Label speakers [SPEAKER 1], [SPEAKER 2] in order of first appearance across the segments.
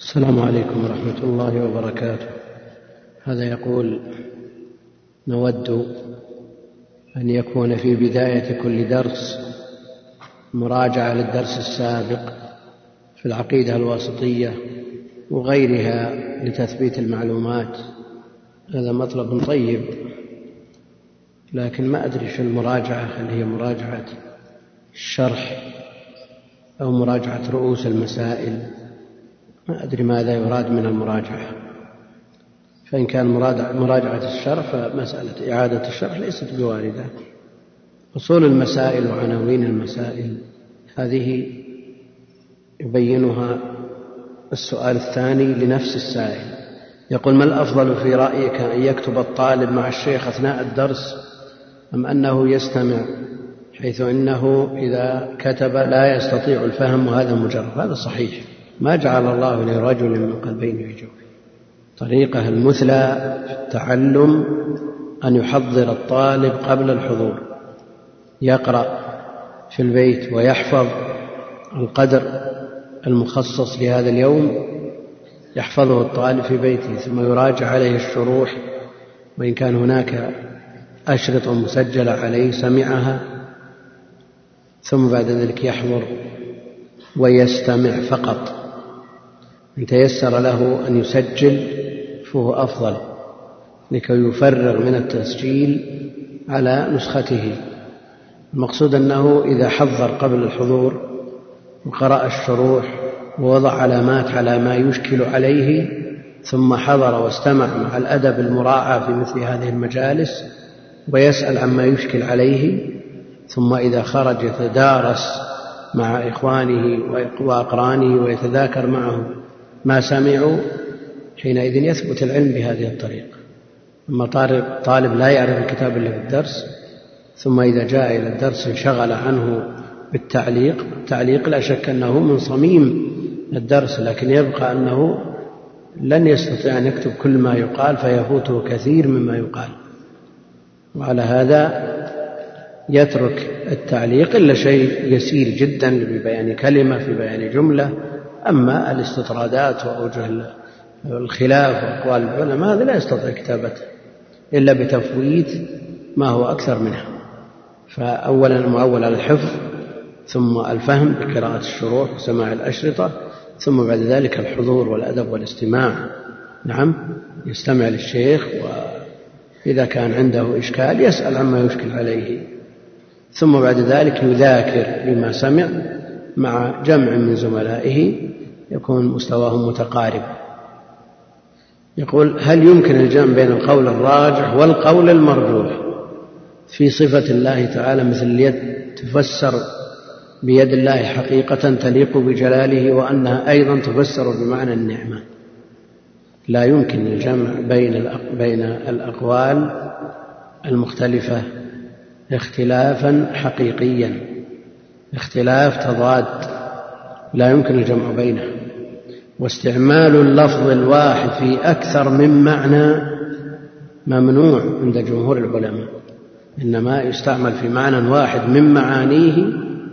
[SPEAKER 1] السلام عليكم ورحمة الله وبركاته. هذا يقول: نود أن يكون في بداية كل درس مراجعة للدرس السابق في العقيدة الواسطية وغيرها لتثبيت المعلومات. هذا مطلب طيب، لكن ما أدري شو المراجعة، هل هي مراجعة الشرح أو مراجعة رؤوس المسائل؟ ما أدري ماذا يراد من المراجعة. فإن كان مراجعة الشرح فمسألة إعادة الشرح ليست بواردة. أصول المسائل وعناوين المسائل هذه يبينها السؤال الثاني لنفس السائل. يقول: ما الأفضل في رأيك، أن يكتب الطالب مع الشيخ أثناء الدرس أم أنه يستمع، حيث إنه إذا كتب لا يستطيع الفهم وهذا مجرد؟ هذا صحيح، ما جعل الله لرجل من قلبين في جوفه. طريقة المثلى في التعلم أن يحضر الطالب قبل الحضور، يقرأ في البيت ويحفظ القدر المخصص لهذا اليوم، يحفظه الطالب في بيته، ثم يراجع عليه الشروح، وإن كان هناك أشرطة مسجلة عليه سمعها، ثم بعد ذلك يحضر ويستمع فقط. إن تيسر له أن يسجل فهو أفضل، لكي يفرغ من التسجيل على نسخته. المقصود أنه إذا حضر قبل الحضور وقرأ الشروح ووضع علامات على ما يشكل عليه، ثم حضر واستمع مع الأدب المراعى في مثل هذه المجالس، ويسأل عما يشكل عليه، ثم إذا خرج يتدارس مع إخوانه وأقرانه ويتذاكر معهم ما سمعوا، حينئذ يثبت العلم بهذه الطريقة. أما طالب لا يعرف الكتاب إلا في الدرس، ثم إذا جاء إلى الدرس انشغل عنه بالتعليق. التعليق لا شك أنه من صميم الدرس، لكن يبقى أنه لن يستطيع أن يكتب كل ما يقال، فيفوته كثير مما يقال. وعلى هذا يترك التعليق إلا شيء يسير جدا ببيان كلمة في بيان جملة. أما الاستطرادات وأوجه الخلاف وأقوال العلماء هذا لا يستطيع كتابته إلا بتفويت ما هو أكثر منها. فأولا المعول على الحفظ، ثم الفهم بقراءة الشروح وسماع الأشرطة، ثم بعد ذلك الحضور والأدب والاستماع. نعم، يستمع للشيخ، وإذا كان عنده إشكال يسأل عما يشكل عليه، ثم بعد ذلك يذاكر بما سمع مع جمع من زملائه يكون مستواهم متقارب. يقول: هل يمكن الجمع بين القول الراجح والقول المرجوح في صفة الله تعالى، مثل اليد تفسر بيد الله حقيقة تليق بجلاله، وأنها أيضا تفسر بمعنى النعمة؟ لا يمكن الجمع بين الأقوال المختلفة اختلافا حقيقيا، اختلاف تضاد لا يمكن الجمع بينه. واستعمال اللفظ الواحد في أكثر من معنى ممنوع عند جمهور العلماء، إنما يستعمل في معنى واحد من معانيه،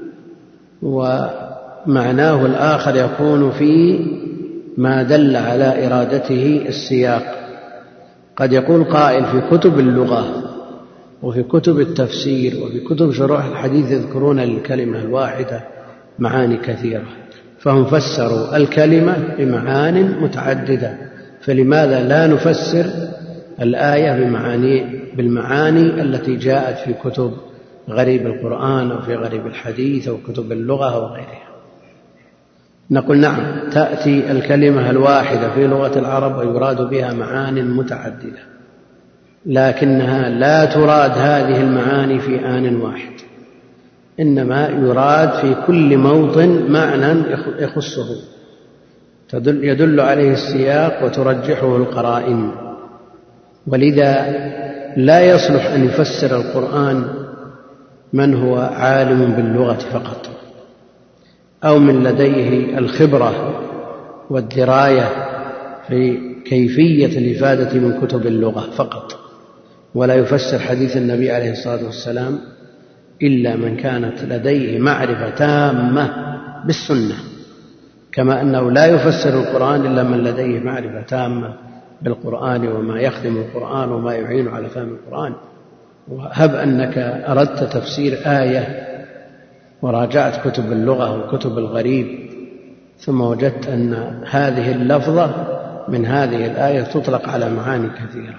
[SPEAKER 1] ومعناه الآخر يكون في ما دل على إرادته السياق. قد يقول قائل: في كتب اللغة وفي كتب التفسير وفي كتب شروح الحديث يذكرون للكلمة الواحدة معاني كثيرة، فهم فسروا الكلمة بمعان متعددة، فلماذا لا نفسر الآية بالمعاني التي جاءت في كتب غريب القرآن أو في غريب الحديث أو كتب اللغة وغيرها؟ نقول: نعم، تأتي الكلمة الواحدة في لغة العرب ويراد بها معان متعددة، لكنها لا تراد هذه المعاني في آن واحد، إنما يراد في كل موطن معنى يخصه يدل عليه السياق وترجحه القرائن. ولذا لا يصلح أن يفسر القرآن من هو عالم باللغة فقط، أو من لديه الخبرة والدراية في كيفية الإفادة من كتب اللغة فقط، ولا يفسر حديث النبي عليه الصلاة والسلام إلا من كانت لديه معرفة تامة بالسنة، كما أنه لا يفسر القرآن إلا من لديه معرفة تامة بالقرآن وما يخدم القرآن وما يعين على فهم القرآن. وهب أنك أردت تفسير آية وراجعت كتب اللغة وكتب الغريب ثم وجدت أن هذه اللفظة من هذه الآية تطلق على معاني كثيرة.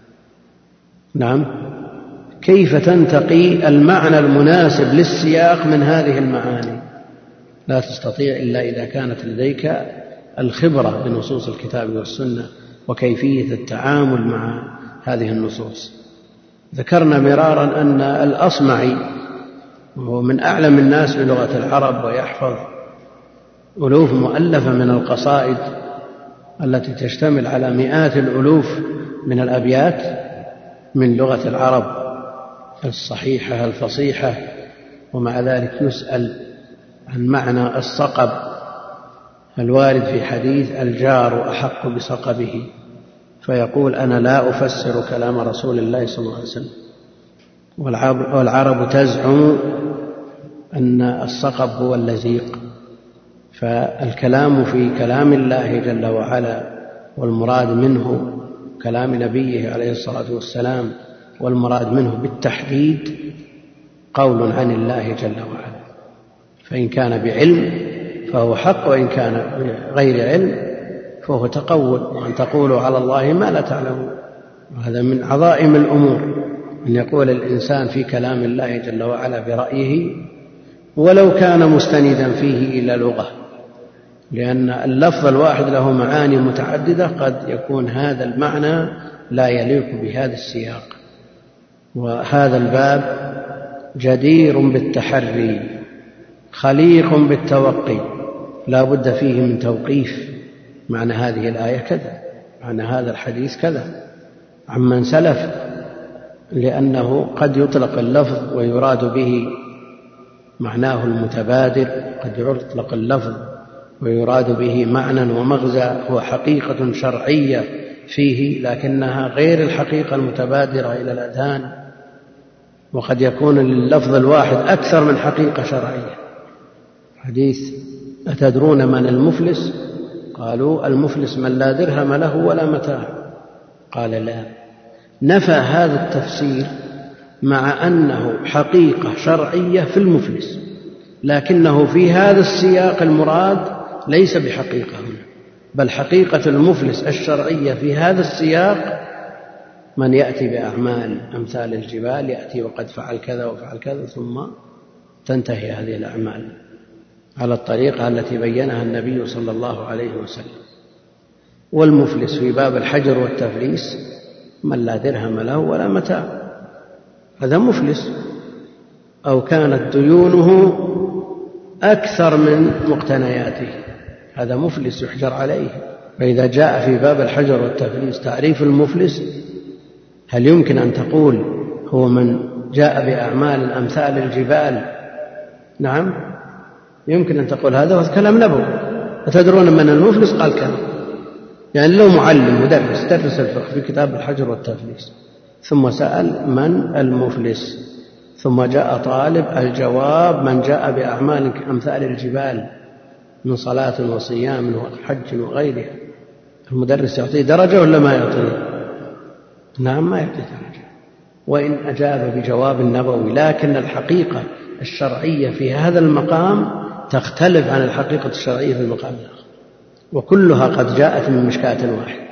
[SPEAKER 1] نعم، كيف تنتقي المعنى المناسب للسياق من هذه المعاني؟ لا تستطيع إلا إذا كانت لديك الخبرة بنصوص الكتاب والسنة وكيفية التعامل مع هذه النصوص. ذكرنا مرارا أن الأصمعي وهو من أعلم الناس بلغة العرب ويحفظ ألوف مؤلفة من القصائد التي تشتمل على مئات الألوف من الأبيات من لغة العرب الصحيحة الفصيحة، ومع ذلك يسأل عن معنى الصقب الوارد في حديث الجار أحق بصقبه، فيقول أنا لا أفسر كلام رسول الله صلى الله عليه وسلم، والعرب تزعم أن الصقب هو اللزيق. فالكلام في كلام الله جل وعلا والمراد منه كلام نبيه عليه الصلاة والسلام، والمراد منه بالتحديد قول عن الله جل وعلا، فإن كان بعلم فهو حق، وإن كان بغير علم فهو تقول، وأن تقولوا على الله ما لا تعلمون. وهذا من عظائم الأمور أن يقول الإنسان في كلام الله جل وعلا برأيه ولو كان مستندا فيه إلى لغة، لأن اللفظ الواحد له معاني متعددة، قد يكون هذا المعنى لا يليق بهذا السياق. وهذا الباب جدير بالتحري خليق بالتوقي، لا بد فيه من توقيف، معنى هذه الآية كذا، معنى هذا الحديث كذا، عمن سلف، لأنه قد يطلق اللفظ ويراد به معناه المتبادر، قد يطلق اللفظ ويراد به معنى ومغزى هو حقيقة شرعية فيه لكنها غير الحقيقة المتبادرة إلى الأذهان، وقد يكون لللفظ الواحد أكثر من حقيقة شرعية. حديث أتدرون من المفلس؟ قالوا المفلس من لا درهم له ولا متاع. قال لا، نفى هذا التفسير مع أنه حقيقة شرعية في المفلس، لكنه في هذا السياق المراد ليس بحقيقة هنا، بل حقيقة المفلس الشرعية في هذا السياق من يأتي بأعمال أمثال الجبال، يأتي وقد فعل كذا وفعل كذا ثم تنتهي هذه الأعمال على الطريقة التي بينها النبي صلى الله عليه وسلم. والمفلس في باب الحجر والتفليس من لا درهم له ولا متاع، هذا مفلس، أو كانت ديونه أكثر من مقتنياته، هذا مفلس يحجر عليه. فإذا جاء في باب الحجر والتفليس تعريف المفلس، هل يمكن أن تقول هو من جاء بأعمال أمثال الجبال؟ نعم، يمكن أن تقول هذا، هو كلام نبوي. أتدرون من المفلس؟ قال كذا، يعني لو معلم مدرس درس الفقه في كتاب الحجر والتفليس ثم سأل من المفلس، ثم جاء طالب الجواب من جاء بأعمال أمثال الجبال من صلاة وصيام وحج وغيرها، المدرس يعطيه درجة ولا ما يعطيه؟ نعم، ما يعطيه درجة، وإن أجاب بجواب نبوي، لكن الحقيقة الشرعية في هذا المقام تختلف عن الحقيقة الشرعية في المقام الآخر، وكلها قد جاءت من مشكاة واحدة.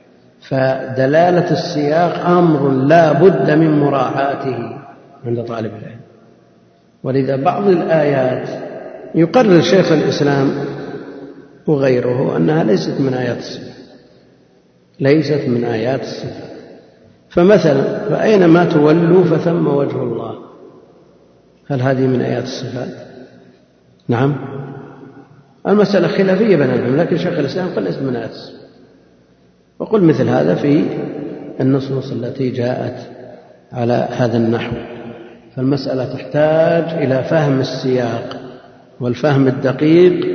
[SPEAKER 1] فدلالة السياق أمر لا بد من مراعاته عند طالب العلم. ولذا بعض الآيات يقرر شيخ الإسلام وغيره أنها ليست من آيات الصفات، ليست من آيات الصفات. فمثلا فأينما تولوا فثم وجه الله، هل هذه من آيات الصفات؟ نعم، المسألة خلافية بين العلماء، لكن شيخ الإسلام قال ليست من آيات الصفات. وقل مثل هذا في النصوص التي جاءت على هذا النحو. فالمسألة تحتاج إلى فهم السياق والفهم الدقيق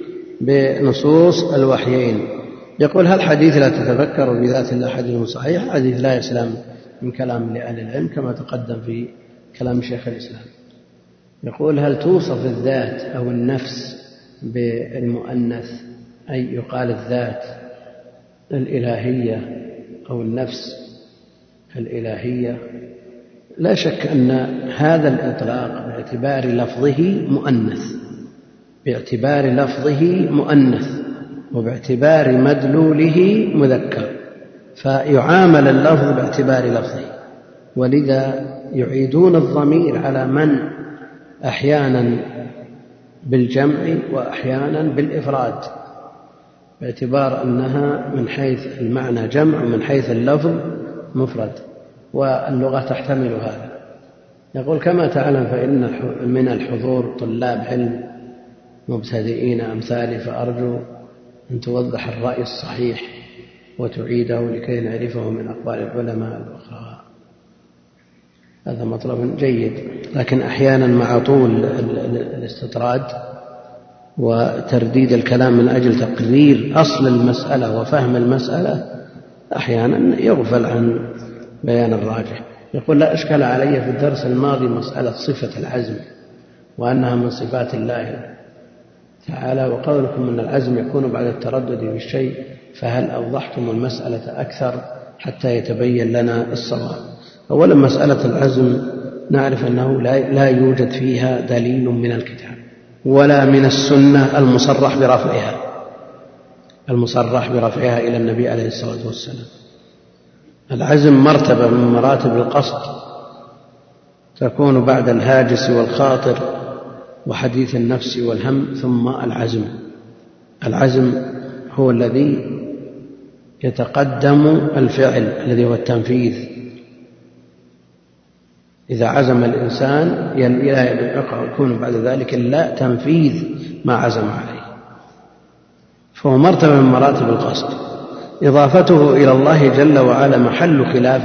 [SPEAKER 1] بنصوص الوحيين. يقول هل حديث لا تتذكر بذات الله حديث صحيح؟ حديث لا يسلم من كلام لأهل العلم كما تقدم في كلام شيخ الإسلام. يقول هل توصف الذات أو النفس بالمؤنث أي يقال الذات الإلهية أو النفس الإلهية، لا شك أن هذا الإطلاق باعتبار لفظه مؤنث وباعتبار مدلوله مذكر، فيعامل اللفظ باعتبار لفظه، ولذا يعيدون الضمير على من أحيانا بالجمع وأحيانا بالإفراد، باعتبار أنها من حيث المعنى جمع ومن حيث اللفظ مفرد، واللغة تحتمل هذا. يقول كما تعلم فإن من الحضور طلاب علم مبتدئين أمثالي، فأرجو أن توضح الرأي الصحيح وتعيده لكي نعرفه من أقوال العلماء الأخرى. هذا مطلب جيد، لكن أحيانا مع طول الاستطراد وترديد الكلام من أجل تقرير أصل المسألة وفهم المسألة أحيانا يغفل عن بيان الراجح. يقول لا إشكال علي في الدرس الماضي مسألة صفة العزم وأنها من صفات الله تعالى، وقولكم أن العزم يكون بعد التردد في الشيء، فهل أوضحتم المسألة أكثر حتى يتبين لنا الصواب؟ أولا مسألة العزم نعرف أنه لا يوجد فيها دليل من الكتاب ولا من السنة المصرح برفعها إلى النبي عليه الصلاة والسلام. العزم مرتبة من مراتب القصد تكون بعد الهاجس والخاطر وحديث النفس والهم ثم العزم هو الذي يتقدم الفعل الذي هو التنفيذ. إذا عزم الإنسان يكون بعد ذلك لا تنفيذ ما عزم عليه، فهو مرتبة من مراتب القصد. إضافته إلى الله جل وعلا محل خلاف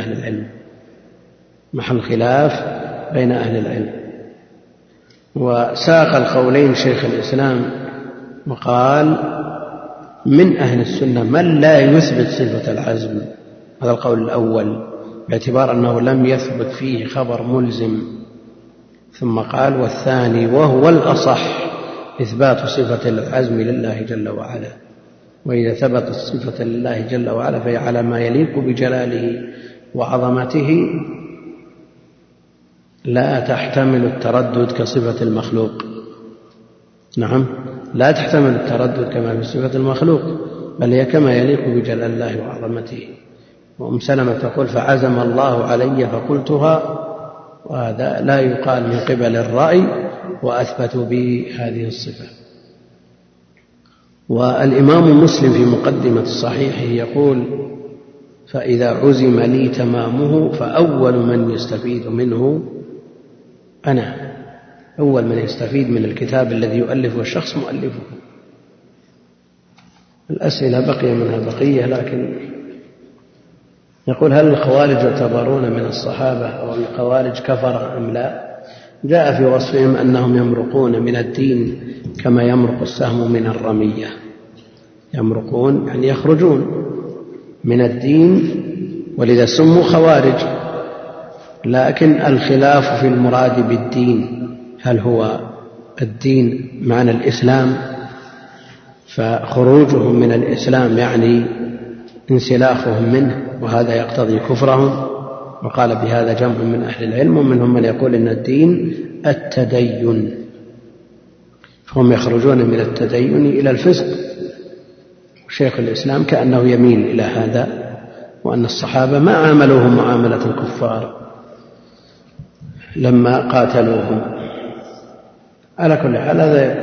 [SPEAKER 1] بين أهل العلم، وساق القولين شيخ الإسلام وقال من أهل السنة من لا يثبت صفة العزم، هذا القول الأول باعتبار أنه لم يثبت فيه خبر ملزم، ثم قال والثاني وهو الأصح إثبات صفة العزم لله جل وعلا، وإذا ثبتت الصفة لله جل وعلا فهي على ما يليق بجلاله وعظمته لا تحتمل التردد كصفة المخلوق. نعم، لا تحتمل التردد كما في صفة المخلوق، بل هي كما يليق بجلال الله وعظمته. وأم سلمة تقول فعزم الله علي فقلتها، وهذا لا يقال من قبل الرأي، وأثبتوا به هذه الصفة. والإمام مسلم في مقدمة الصحيح يقول فإذا عزم لي تمامه فأول من يستفيد منه أنا، أول من يستفيد من الكتاب الذي يؤلفه الشخص مؤلفه. الأسئلة بقي منها بقية، لكن يقول هل الخوارج يعتبرون من الصحابة أو الخوارج كفر أم لا؟ جاء في وصفهم أنهم يمرقون من الدين كما يمرق السهم من الرمية، يمرقون يعني يخرجون من الدين، ولذا سموا خوارج. لكن الخلاف في المراد بالدين، هل هو الدين معنى الإسلام، فخروجهم من الإسلام يعني انسلاخهم منه، وهذا يقتضي كفرهم، وقال بهذا جمع من أهل العلم، ومنهم من يقول إن الدين التدين، فهم يخرجون من التدين إلى الفسق. شيخ الإسلام كأنه يميل إلى هذا، وأن الصحابة ما عاملوهم معاملة الكفار لما قاتلوهم. على كل حال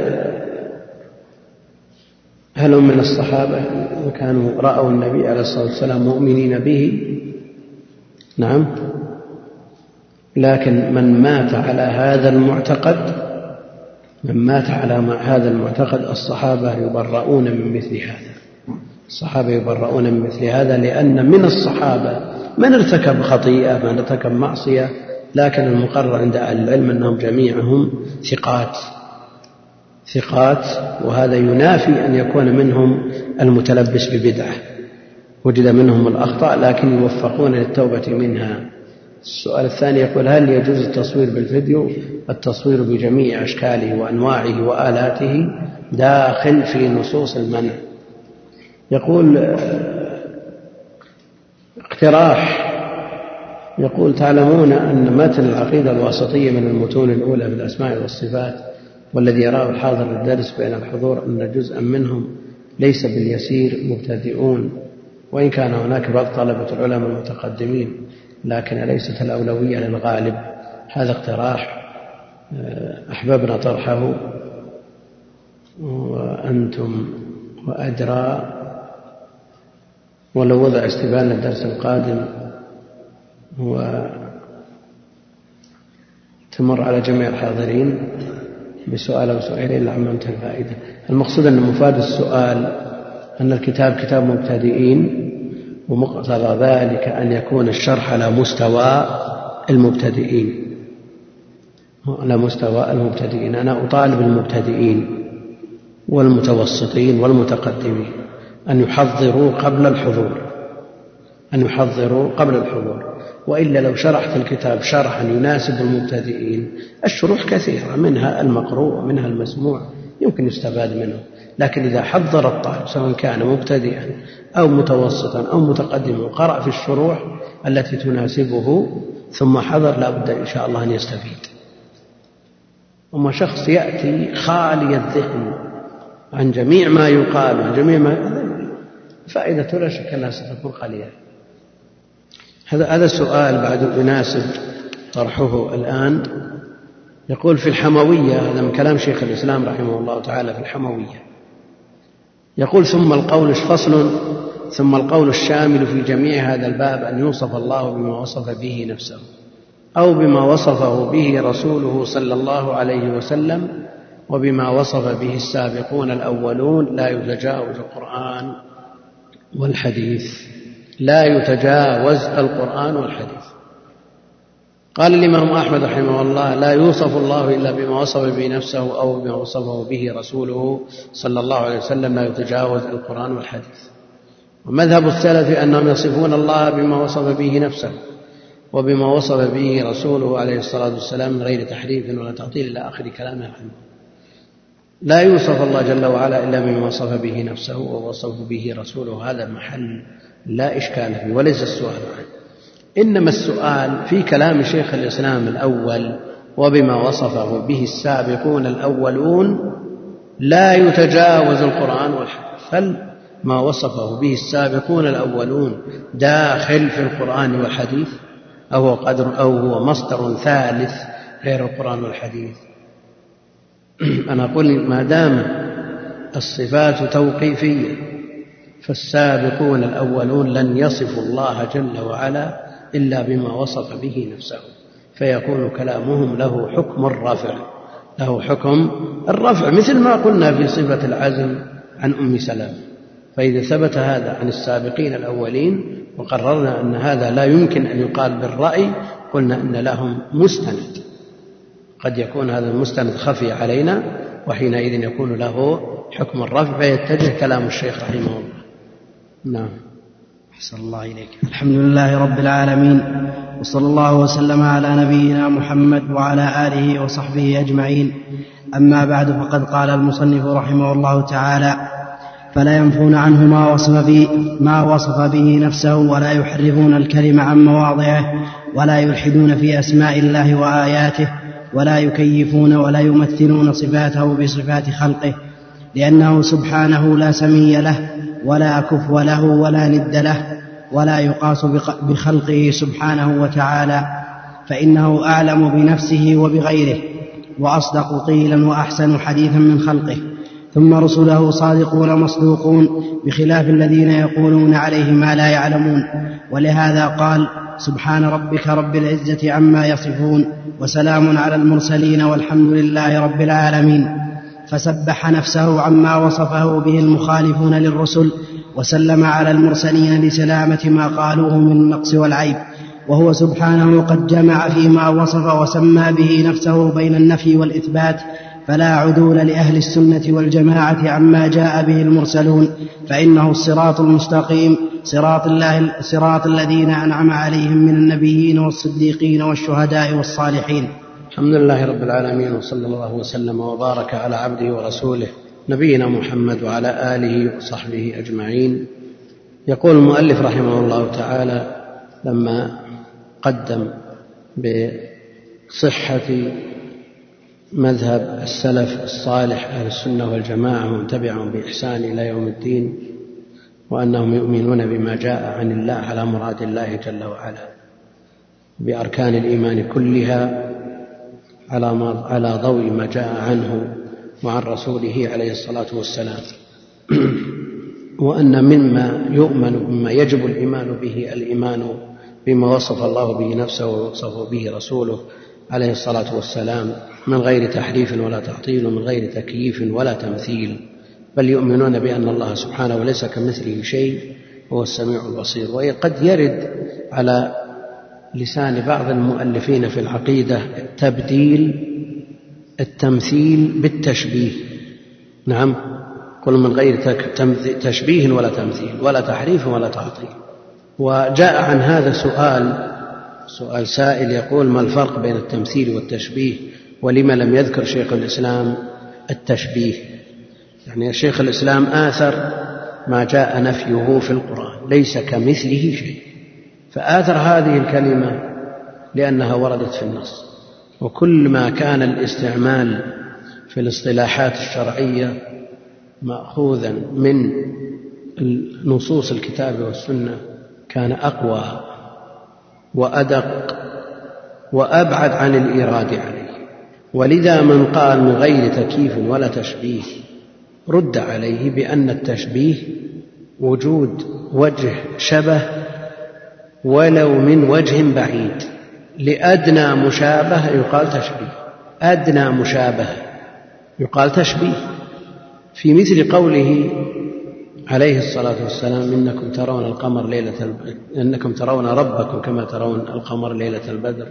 [SPEAKER 1] هل هم من الصحابة وكانوا رأوا النبي عليه الصلاة والسلام مؤمنين به؟ نعم، لكن من مات على هذا المعتقد الصحابة يبرؤون من مثل هذا، لأن من الصحابة من ارتكب خطيئة، من ارتكب معصية، لكن المقرر عند أهل العلم أنهم جميعهم ثقات، وهذا ينافي أن يكون منهم المتلبس ببدعة، وجد منهم الأخطاء لكن يوفقون للتوبة منها. السؤال الثاني يقول هل يجوز التصوير بالفيديو؟ التصوير بجميع أشكاله وأنواعه وآلاته داخل في نصوص المنع. يقول اقتراح، يقول تعلمون أن متن العقيدة الواسطية من المتون الأولى في الأسماء والصفات والذي يراه الحاضر للدرس بين الحضور أن جزءا منهم ليس باليسير مبتدئون، وإن كان هناك بعض طلبة العلماء المتقدمين، لكن ليست الأولوية للغالب. هذا اقتراح أحببنا طرحه، وأنتم وأدرى، ولو وضع استبان الدرس القادم وتمر على جميع الحاضرين بسؤال أو سؤالين لعممت الفائدة. المقصود أن مفاد السؤال أن الكتاب كتاب مبتدئين، ومقتضى ذلك أن يكون الشرح على مستوى المبتدئين، على مستوى المبتدئين. أنا أطالب المبتدئين والمتوسطين والمتقدمين أن يحضروا قبل الحضور، أن يحضروا قبل الحضور، وإلا لو شرحت الكتاب شرحا يناسب المبتدئين، الشروح كثيرة، منها المقروء ومنها المسموع يمكن يستفاد منه. لكن إذا حضر الطالب سواء كان مبتدئا أو متوسطا أو متقدما وقرأ في الشروح التي تناسبه ثم حضر، لا بد إن شاء الله أن يستفيد. أما شخص يأتي خالي الذهن عن جميع ما يقال وعن جميع ما، فائدته لا شك أنها ستكون قليلة. هذا السؤال بعد يناسب طرحه الآن. يقول في الحموية، هذا من كلام شيخ الإسلام رحمه الله تعالى في الحموية، يقول ثم القول فصل، ثم القول الشامل في جميع هذا الباب أن يوصف الله بما وصف به نفسه أو بما وصفه به رسوله صلى الله عليه وسلم وبما وصف به السابقون الأولون، لا يتجاوز القرآن والحديث، لا يتجاوز القرآن والحديث. قال الإمام أحمد رحمه الله لا يوصف الله إلا بما وصف به نفسه أو بما وصفه به رسوله صلى الله عليه وسلم، لا يتجاوز القرآن والحديث. ومذهب السلف أنهم يصفون الله بما وصف به نفسه وبما وصف به رسوله عليه الصلاة والسلام من غير تحريف ولا تعطيل إلى آخر كلامه رحمه. لا يوصف الله جل وعلا إلا بما وصف به نفسه ووصف به رسوله، هذا محل لا إشكال فيه وليس السؤال عنه، إنما السؤال في كلام شيخ الإسلام الأول وبما وصفه به السابقون الأولون لا يتجاوز القرآن والحديث. هل ما وصفه به السابقون الأولون داخل في القرآن والحديث أو هو مصدر ثالث غير القرآن والحديث؟ أنا أقول ما دام الصفات توقيفية فالسابقون الأولون لن يصفوا الله جل وعلا إلا بما وصف به نفسه، فيكون كلامهم له حكم الرفع، له حكم الرفع، مثل ما قلنا في صفة العزم عن أم سلمة. فإذا ثبت هذا عن السابقين الأولين وقررنا أن هذا لا يمكن أن يقال بالرأي، قلنا أن لهم مستند، قد يكون هذا المستند خفي علينا، وحينئذ يكون له حكم الرفع فيتجه كلام الشيخ رحمه الله. نعم.
[SPEAKER 2] أحسن الله إليك. الحمد لله رب العالمين، وصلى الله وسلم على نبينا محمد وعلى آله وصحبه أجمعين. أما بعد، فقد قال المصنف رحمه الله تعالى: فلا ينفون عنه ما وصف به نفسه، ولا يحرفون الكلم عن مواضعه، ولا يلحدون في أسماء الله وآياته، ولا يكيفون ولا يمثلون صفاته بصفات خلقه، لأنه سبحانه لا سمي له ولا كفو له ولا ند له، ولا يقاس بخلقه سبحانه وتعالى، فإنه أعلم بنفسه وبغيره، وأصدق قيلا وأحسن حديثا من خلقه. ثم رسله صادقون مصدوقون، بخلاف الذين يقولون عليه ما لا يعلمون. ولهذا قال: سبحان ربك رب العزة عما يصفون، وسلام على المرسلين، والحمد لله رب العالمين. فسبح نفسه عما وصفه به المخالفون للرسل، وسلم على المرسلين لسلامة ما قالوه من النقص والعيب. وهو سبحانه قد جمع فيما وصف وسمى به نفسه بين النفي والإثبات، فلا عدول لأهل السنة والجماعة عما جاء به المرسلون، فإنه الصراط المستقيم، صراط الذين أنعم عليهم من النبيين والصديقين والشهداء والصالحين.
[SPEAKER 1] الحمد لله رب العالمين، وصلى الله وسلم وبارك على عبده ورسوله نبينا محمد وعلى آله وصحبه أجمعين. يقول المؤلف رحمه الله تعالى لما قدم بصحة مذهب السلف الصالح أهل السنة والجماعة ومن تبعهم بإحسان إلى يوم الدين، وأنهم يؤمنون بما جاء عن الله على مراد الله جل وعلا بأركان الإيمان كلها على ضوء ما جاء عنه وعن رسوله عليه الصلاة والسلام، وأن مما يجب الإيمان به الإيمان بما وصف الله به نفسه ووصف به رسوله عليه الصلاة والسلام من غير تحريف ولا تعطيل ومن غير تكييف ولا تمثيل، بل يؤمنون بأن الله سبحانه وليس كمثله شيء هو السميع البصير. وقد يرد على لسان بعض المؤلفين في العقيدة تبديل التمثيل بالتشبيه، نعم، كل من غير تشبيه ولا تمثيل ولا تحريف ولا تعطيل. وجاء عن هذا سؤال سائل يقول: ما الفرق بين التمثيل والتشبيه، ولما لم يذكر شيخ الإسلام التشبيه؟ يعني شيخ الإسلام آثر ما جاء نفيه في القرآن، ليس كمثله شيء، فآثر هذه الكلمة لأنها وردت في النص. وكل ما كان الاستعمال في الاصطلاحات الشرعية مأخوذا من نصوص الكتاب والسنة كان أقوى وأدق وأبعد عن الإيراد عليه. ولذا من قال من غير تكييف ولا تشبيه رد عليه بأن التشبيه وجود وجه شبه ولو من وجه بعيد، لأدنى مشابه يقال تشبيه، أدنى مشابه يقال تشبيه، في مثل قوله عليه الصلاة والسلام: إنكم ترون ربكم كما ترون القمر ليلة البدر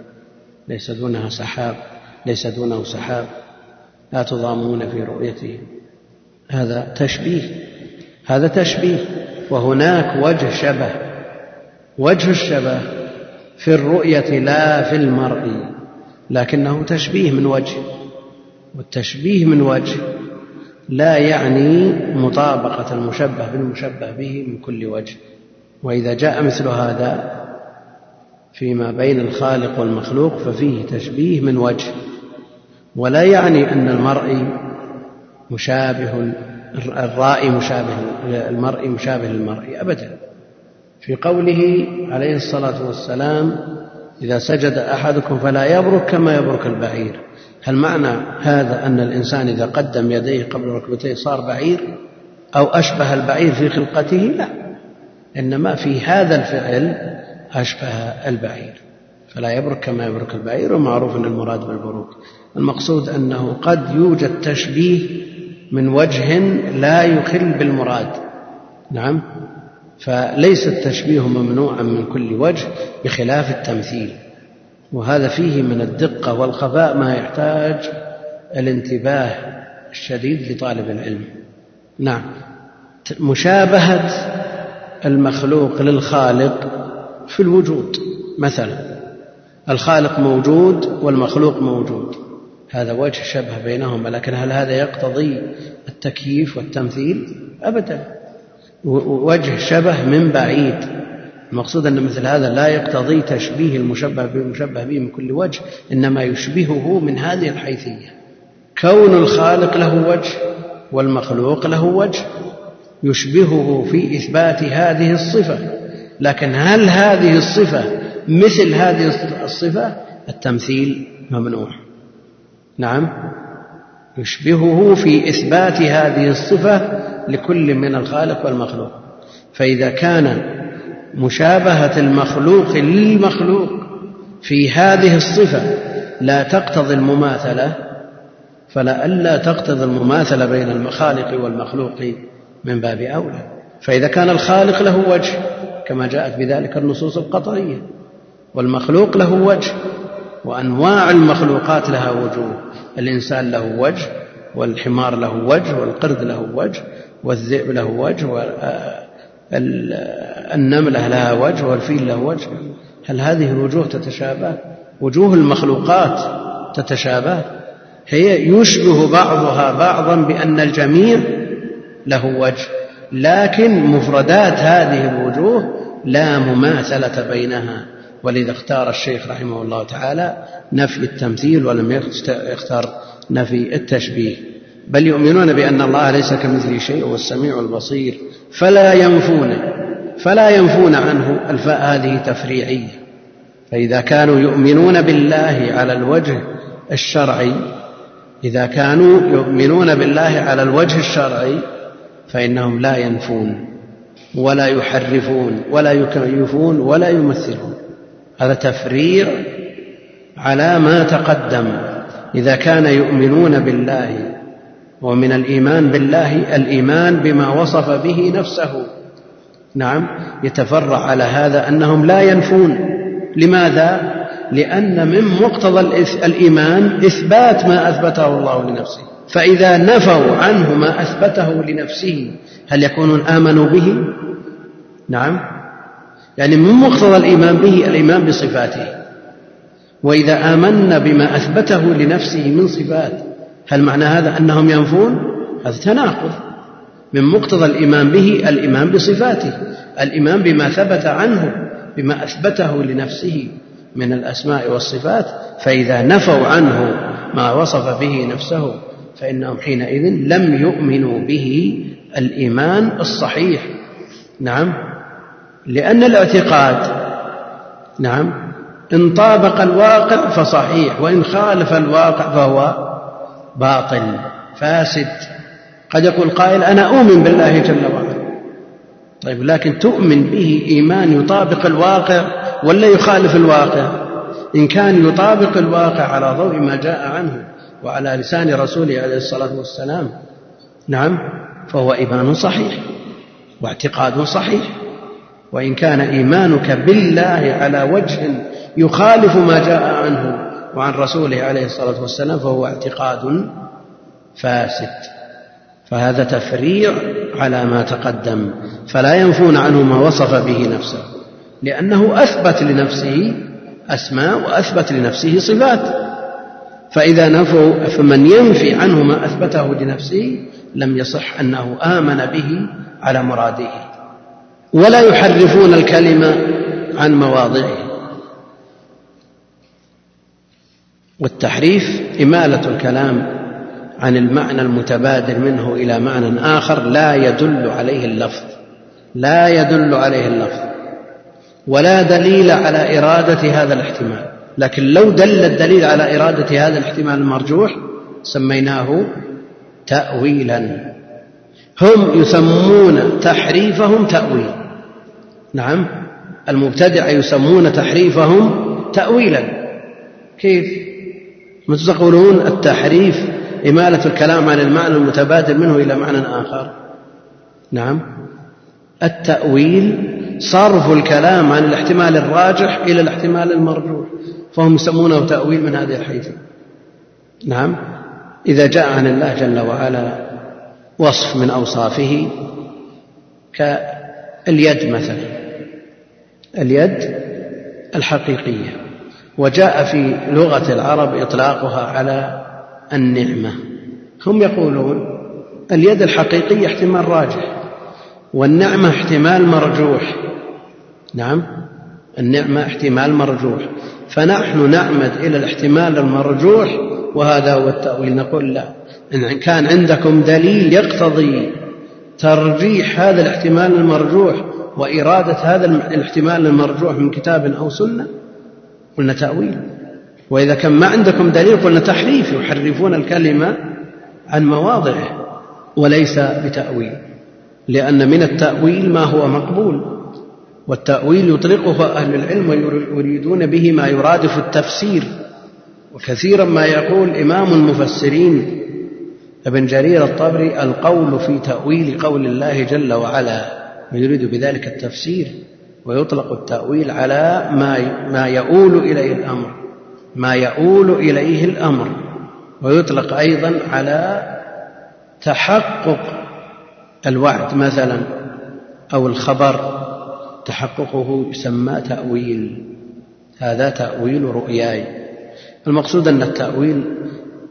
[SPEAKER 1] ليس دونه سحاب لا تضامون في رؤيته. هذا تشبيه. وهناك وجه شبه، وجه الشبه في الرؤية لا في المرء، لكنه تشبيه من وجه، والتشبيه من وجه لا يعني مطابقة المشبه بالمشبه به من كل وجه. وإذا جاء مثل هذا فيما بين الخالق والمخلوق ففيه تشبيه من وجه، ولا يعني أن المرء مشابه للمرء أبدا. في قوله عليه الصلاة والسلام: إذا سجد أحدكم فلا يبرك كما يبرك البعير، هل معنى هذا أن الإنسان إذا قدم يديه قبل ركبتيه صار بعير أو أشبه البعير في خلقته؟ لا، إنما في هذا الفعل أشبه البعير، فلا يبرك كما يبرك البعير، ومعروف أن المراد بالبروك. المقصود أنه قد يوجد تشبيه من وجه لا يخل بالمراد، نعم، فليس التشبيه ممنوعا من كل وجه بخلاف التمثيل، وهذا فيه من الدقة والخفاء ما يحتاج الانتباه الشديد لطالب العلم. نعم، مشابهة المخلوق للخالق في الوجود، مثلا الخالق موجود والمخلوق موجود، هذا وجه شبه بينهما، لكن هل هذا يقتضي التكييف والتمثيل؟ أبدا، وجه شبه من بعيد. المقصود أن مثل هذا لا يقتضي تشبيه المشبه بالمشبه به من كل وجه، إنما يشبهه من هذه الحيثية. كون الخالق له وجه والمخلوق له وجه يشبهه في إثبات هذه الصفة، لكن هل هذه الصفة مثل هذه الصفة؟ التمثيل ممنوع. نعم، يشبهه في إثبات هذه الصفة لكل من الخالق والمخلوق. فإذا كان مشابهة المخلوق للمخلوق في هذه الصفة لا تقتضي المماثلة، فلئلا تقتضي المماثلة بين الخالق والمخلوق من باب أولى. فإذا كان الخالق له وجه كما جاءت بذلك النصوص القطعية، والمخلوق له وجه، وأنواع المخلوقات لها وجوه، الإنسان له وجه، والحمار له وجه، والقرد له وجه، والذئب له وجه، والنملة لها وجه، والفيل له وجه، هل هذه الوجوه تتشابه؟ وجوه المخلوقات تتشابه؟ هي يشبه بعضها بعضا بأن الجميع له وجه، لكن مفردات هذه الوجوه لا مماثلة بينها، ولذا اختار الشيخ رحمه الله تعالى نفي التمثيل ولم يختار نفي التشبيه. بل يؤمنون بأن الله ليس كمثله شيء هو السميع البصير، فلا ينفون عنه. الفاء هذه تفريعية، فإذا كانوا يؤمنون بالله على الوجه الشرعي، إذا كانوا يؤمنون بالله على الوجه الشرعي فإنهم لا ينفون ولا يحرفون ولا يكيفون ولا يمثلون. هذا تفريع على ما تقدم. إذا كان يؤمنون بالله، ومن الإيمان بالله الإيمان بما وصف به نفسه، نعم، يتفرع على هذا أنهم لا ينفون. لماذا؟ لأن من مقتضى الإيمان إثبات ما أثبته الله لنفسه، فإذا نفوا عنه ما أثبته لنفسه هل يكونون آمنوا به؟ نعم، يعني من مقتضى الإيمان به الإيمان بصفاته، وإذا آمنا بما أثبته لنفسه من صفات هل معنى هذا أنهم ينفون؟ هذا تناقض. من مقتضى الإيمان به الإيمان بصفاته، الإيمان بما ثبت عنه بما أثبته لنفسه من الأسماء والصفات، فإذا نفوا عنه ما وصف به نفسه فإنهم حينئذ لم يؤمنوا به الإيمان الصحيح. نعم، لأن الاعتقاد، نعم، إن طابق الواقع فصحيح، وإن خالف الواقع فهو باطل فاسد. قد يقول قائل أنا أؤمن بالله جل وعلا، طيب لكن تؤمن به إيمان يطابق الواقع ولا يخالف الواقع؟ إن كان يطابق الواقع على ضوء ما جاء عنه وعلى لسان رسوله عليه الصلاة والسلام، نعم، فهو إيمان صحيح واعتقاد صحيح. وإن كان إيمانك بالله على وجه يخالف ما جاء عنه وعن رسوله عليه الصلاة والسلام فهو اعتقاد فاسد. فهذا تفريع على ما تقدم، فلا ينفون عنه ما وصف به نفسه، لأنه أثبت لنفسه أسماء وأثبت لنفسه صفات. فإذا نفوا، فمن ينفي عنه ما أثبته لنفسه لم يصح أنه آمن به على مراده. ولا يحرفون الكلمة عن مواضعه. والتحريف إمالة الكلام عن المعنى المتبادر منه إلى معنى آخر لا يدل عليه اللفظ، لا يدل عليه اللفظ، ولا دليل على إرادة هذا الاحتمال. لكن لو دل الدليل على إرادة هذا الاحتمال المرجوح سميناه تأويلا. هم يسمون تحريفهم تأويل، نعم، المبتدع يسمون تحريفهم تأويلا. كيف؟ ما تقولون التحريف إمالة الكلام عن المعنى المتبادل منه إلى معنى آخر؟ نعم، التأويل صرف الكلام عن الاحتمال الراجح إلى الاحتمال المرجوح، فهم يسمونه تأويل من هذه الحيث. نعم، إذا جاء عن الله جل وعلا وصف من أوصافه كاليد مثلا، اليد الحقيقية، وجاء في لغة العرب إطلاقها على النعمة، هم يقولون اليد الحقيقية احتمال راجح والنعمة احتمال مرجوح. نعم، النعمة احتمال مرجوح، فنحن نعمد إلى الاحتمال المرجوح وهذا هو التأويل. نقول لا، إن كان عندكم دليل يقتضي ترجيح هذا الاحتمال المرجوح وإرادة هذا الاحتمال المرجوح من كتاب أو سنة قلنا تأويل، وإذا كان ما عندكم دليل قلنا تحريف، يحرفون الكلمة عن مواضعه وليس بتأويل. لأن من التأويل ما هو مقبول، والتأويل يطلقه أهل العلم ويريدون به ما يرادف التفسير. وكثيرا ما يقول إمام المفسرين ابن جرير الطبري القول في تأويل قول الله جل وعلا، ويريد بذلك التفسير. ويطلق التأويل على ما يؤول إليه الأمر، ما يؤول إليه الأمر، ويطلق أيضا على تحقق الوعد مثلا أو الخبر، تحققه يسمى تأويل. هذا تأويل رؤياي. المقصود أن التأويل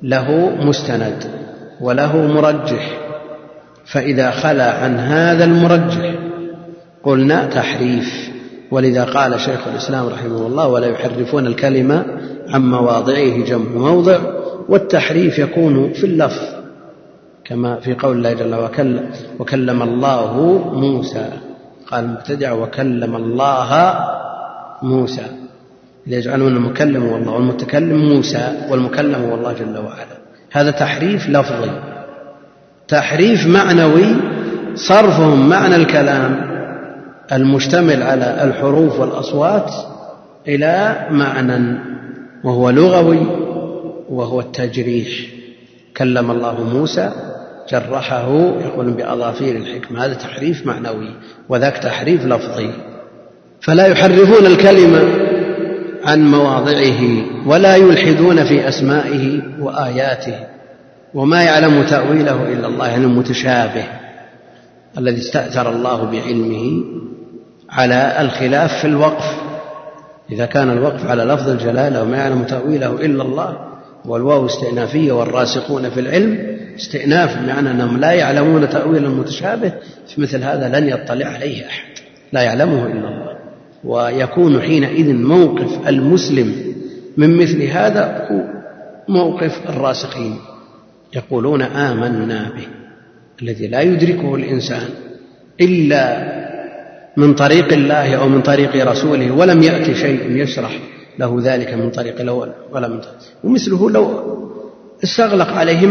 [SPEAKER 1] له مستند وله مرجح، فإذا خلا عن هذا المرجح قلنا تحريف. ولذا قال شيخ الإسلام رحمه الله: ولا يحرفون الكلمة عن مواضعه جمع موضع. والتحريف يكون في اللفظ كما في قول الله جل وعلا: وكلم الله موسى. قال المبتدع: وكلم الله موسى، ليجعلون المكلم والله والمتكلم موسى والمكلم والله جل وعلا. هذا تحريف لفظي. تحريف معنوي: صرفهم معنى الكلام المشتمل على الحروف والأصوات إلى معنى وهو لغوي، وهو التجريح. كلم الله موسى، جرحه يقول بأظافير الحكمة. هذا تحريف معنوي، وذاك تحريف لفظي. فلا يحرفون الكلمة عن مواضعه ولا يلحدون في أسمائه وآياته. وما يعلم تأويله إلا الله، يعني المتشابه الذي استأثر الله بعلمه على الخلاف في الوقف. إذا كان الوقف على لفظ الجلالة وما يعلم تأويله إلا الله، والواو استئنافية والراسخون في العلم استئناف، بمعنى أنهم لا يعلمون تأويل المتشابه، في مثل هذا لن يطلع عليه أحد، لا يعلمه إلا الله. ويكون حينئذ موقف المسلم من مثل هذا هو موقف الراسخين، يقولون آمنا به، الذي لا يدركه الإنسان إلا من طريق الله أو من طريق رسوله، ولم يأتي شيء يشرح له ذلك من طريق الأول ولا من طريق. ومثله لو استغلق عليه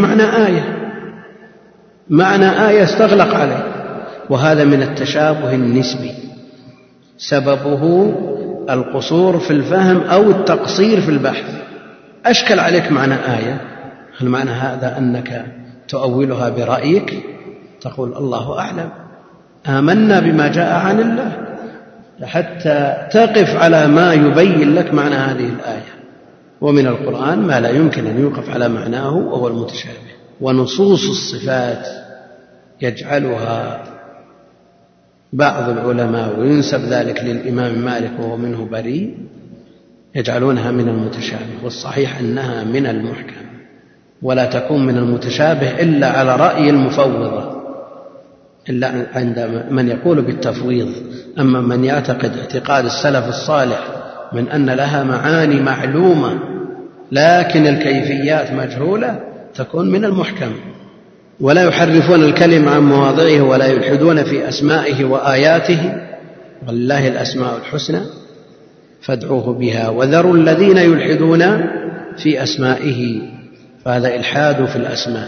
[SPEAKER 1] معنى آية استغلق عليه، وهذا من التشابه النسبي، سببه القصور في الفهم أو التقصير في البحث. أشكل عليك معنى آية، هل معنى هذا أنك تؤولها برأيك؟ تقول الله أعلم، آمنا بما جاء عن الله، حتى تقف على ما يبين لك معنى هذه الآية. ومن القرآن ما لا يمكن أن يوقف على معناه وهو المتشابه. ونصوص الصفات يجعلها بعض العلماء، وينسب ذلك للإمام مالك وهو منه بريء، يجعلونها من المتشابه، والصحيح أنها من المحكم، ولا تكون من المتشابه إلا على رأي المفوضة، إلا عند من يقول بالتفويض. أما من يعتقد اعتقاد السلف الصالح من أن لها معاني معلومة لكن الكيفيات مجهولة، تكون من المحكم. ولا يحرفون الكلمة عن مواضعه ولا يلحدون في أسمائه وآياته، ولله الأسماء الحسنى فادعوه بها وذروا الذين يلحدون في أسمائه. فهذا إلحاد في الأسماء.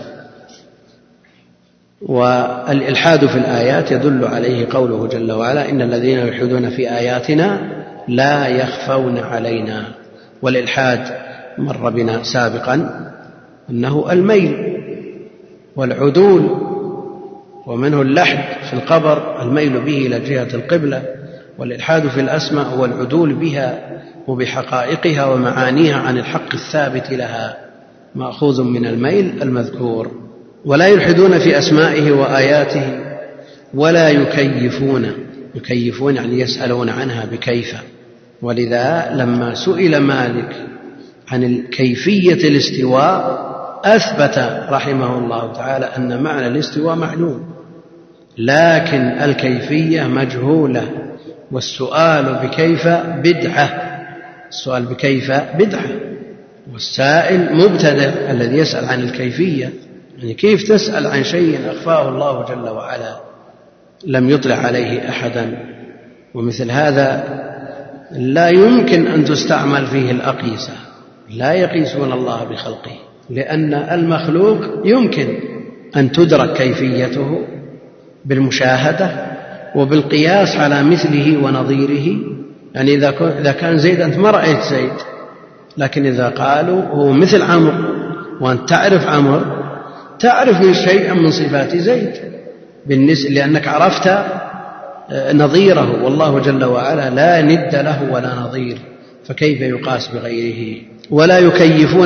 [SPEAKER 1] والإلحاد في الآيات يدل عليه قوله جل وعلا: إن الذين يلحدون في آياتنا لا يخفون علينا. والإلحاد مر بنا سابقا أنه الميل والعدول، ومنه اللحد في القبر الميل به إلى جهة القبلة. والإلحاد في الأسماء هو العدول بها وبحقائقها ومعانيها عن الحق الثابت لها، مأخوذ من الميل المذكور. ولا يلحدون في أسمائه وآياته ولا يكيفون يعني يسألون عنها بكيف. ولذا لما سئل مالك عن كيفية الاستواء أثبت رحمه الله تعالى أن معنى الاستواء معلوم، لكن الكيفية مجهولة. والسؤال بكيف بدعة، السؤال بكيف بدعة، والسائل مبتدع الذي يسأل عن الكيفية. يعني كيف تسأل عن شيء أخفاه الله جل وعلا لم يطلع عليه أحدا؟ ومثل هذا لا يمكن أن تستعمل فيه الأقيسة، لا يقيسون الله بخلقه، لأن المخلوق يمكن أن تدرك كيفيته بالمشاهدة وبالقياس على مثله ونظيره. يعني إذا كان زيد أنت ما رأيت زيد، لكن إذا قالوا هو مثل عمرو وأنت تعرف عمرو، تعرف شيئا من صفات زيد بالنسبة لأنك عرفت نظيره، والله جل وعلا لا ند له ولا نظير، فكيف يقاس بغيره؟ ولا يكيفون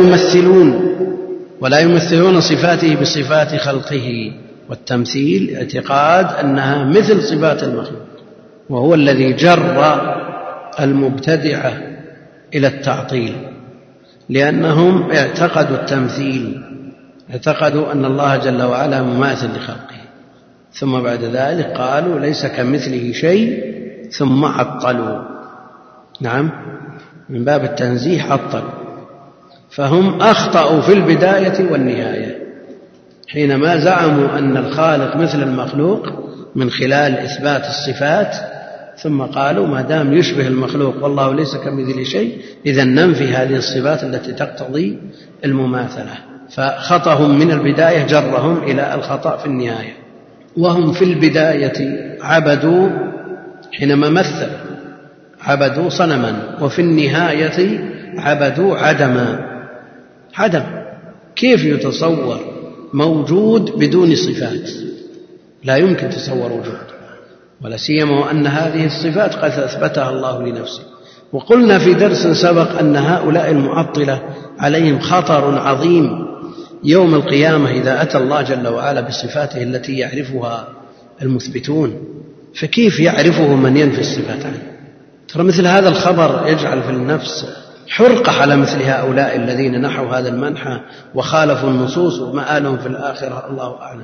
[SPEAKER 1] ولا يمثلون صفاته بصفات خلقه. والتمثيل اعتقاد أنها مثل صفات المخلوق، وهو الذي جر المبتدعة إلى التعطيل، لأنهم اعتقدوا التمثيل، اعتقدوا أن الله جل وعلا مماثل لخلقه، ثم بعد ذلك قالوا ليس كمثله شيء ثم عطلوا. نعم، من باب التنزيه عطلوا. فهم أخطأوا في البداية والنهاية حينما زعموا أن الخالق مثل المخلوق من خلال إثبات الصفات، ثم قالوا ما دام يشبه المخلوق والله ليس كمثله شيء إذن ننفي هذه الصفات التي تقتضي المماثلة. فخطأهم من البداية جرهم إلى الخطأ في النهاية. وهم في البداية عبدوا، حينما مثل عبدوا صنما، وفي النهاية عبدوا عدما. عدم، كيف يتصور موجود بدون صفات؟ لا يمكن تصور وجود، ولا سيما أن هذه الصفات قد أثبتها الله لنفسه. وقلنا في درس سبق أن هؤلاء المعطلة عليهم خطر عظيم يوم القيامة إذا أتى الله جل وعلا بصفاته التي يعرفها المثبتون، فكيف يعرفه من ينفي الصفات عنه؟ ترى مثل هذا الخبر يجعل في النفس حرقة على مثل هؤلاء الذين نحوا هذا المنحى وخالفوا النصوص، ومآلهم في الآخرة الله أعلم.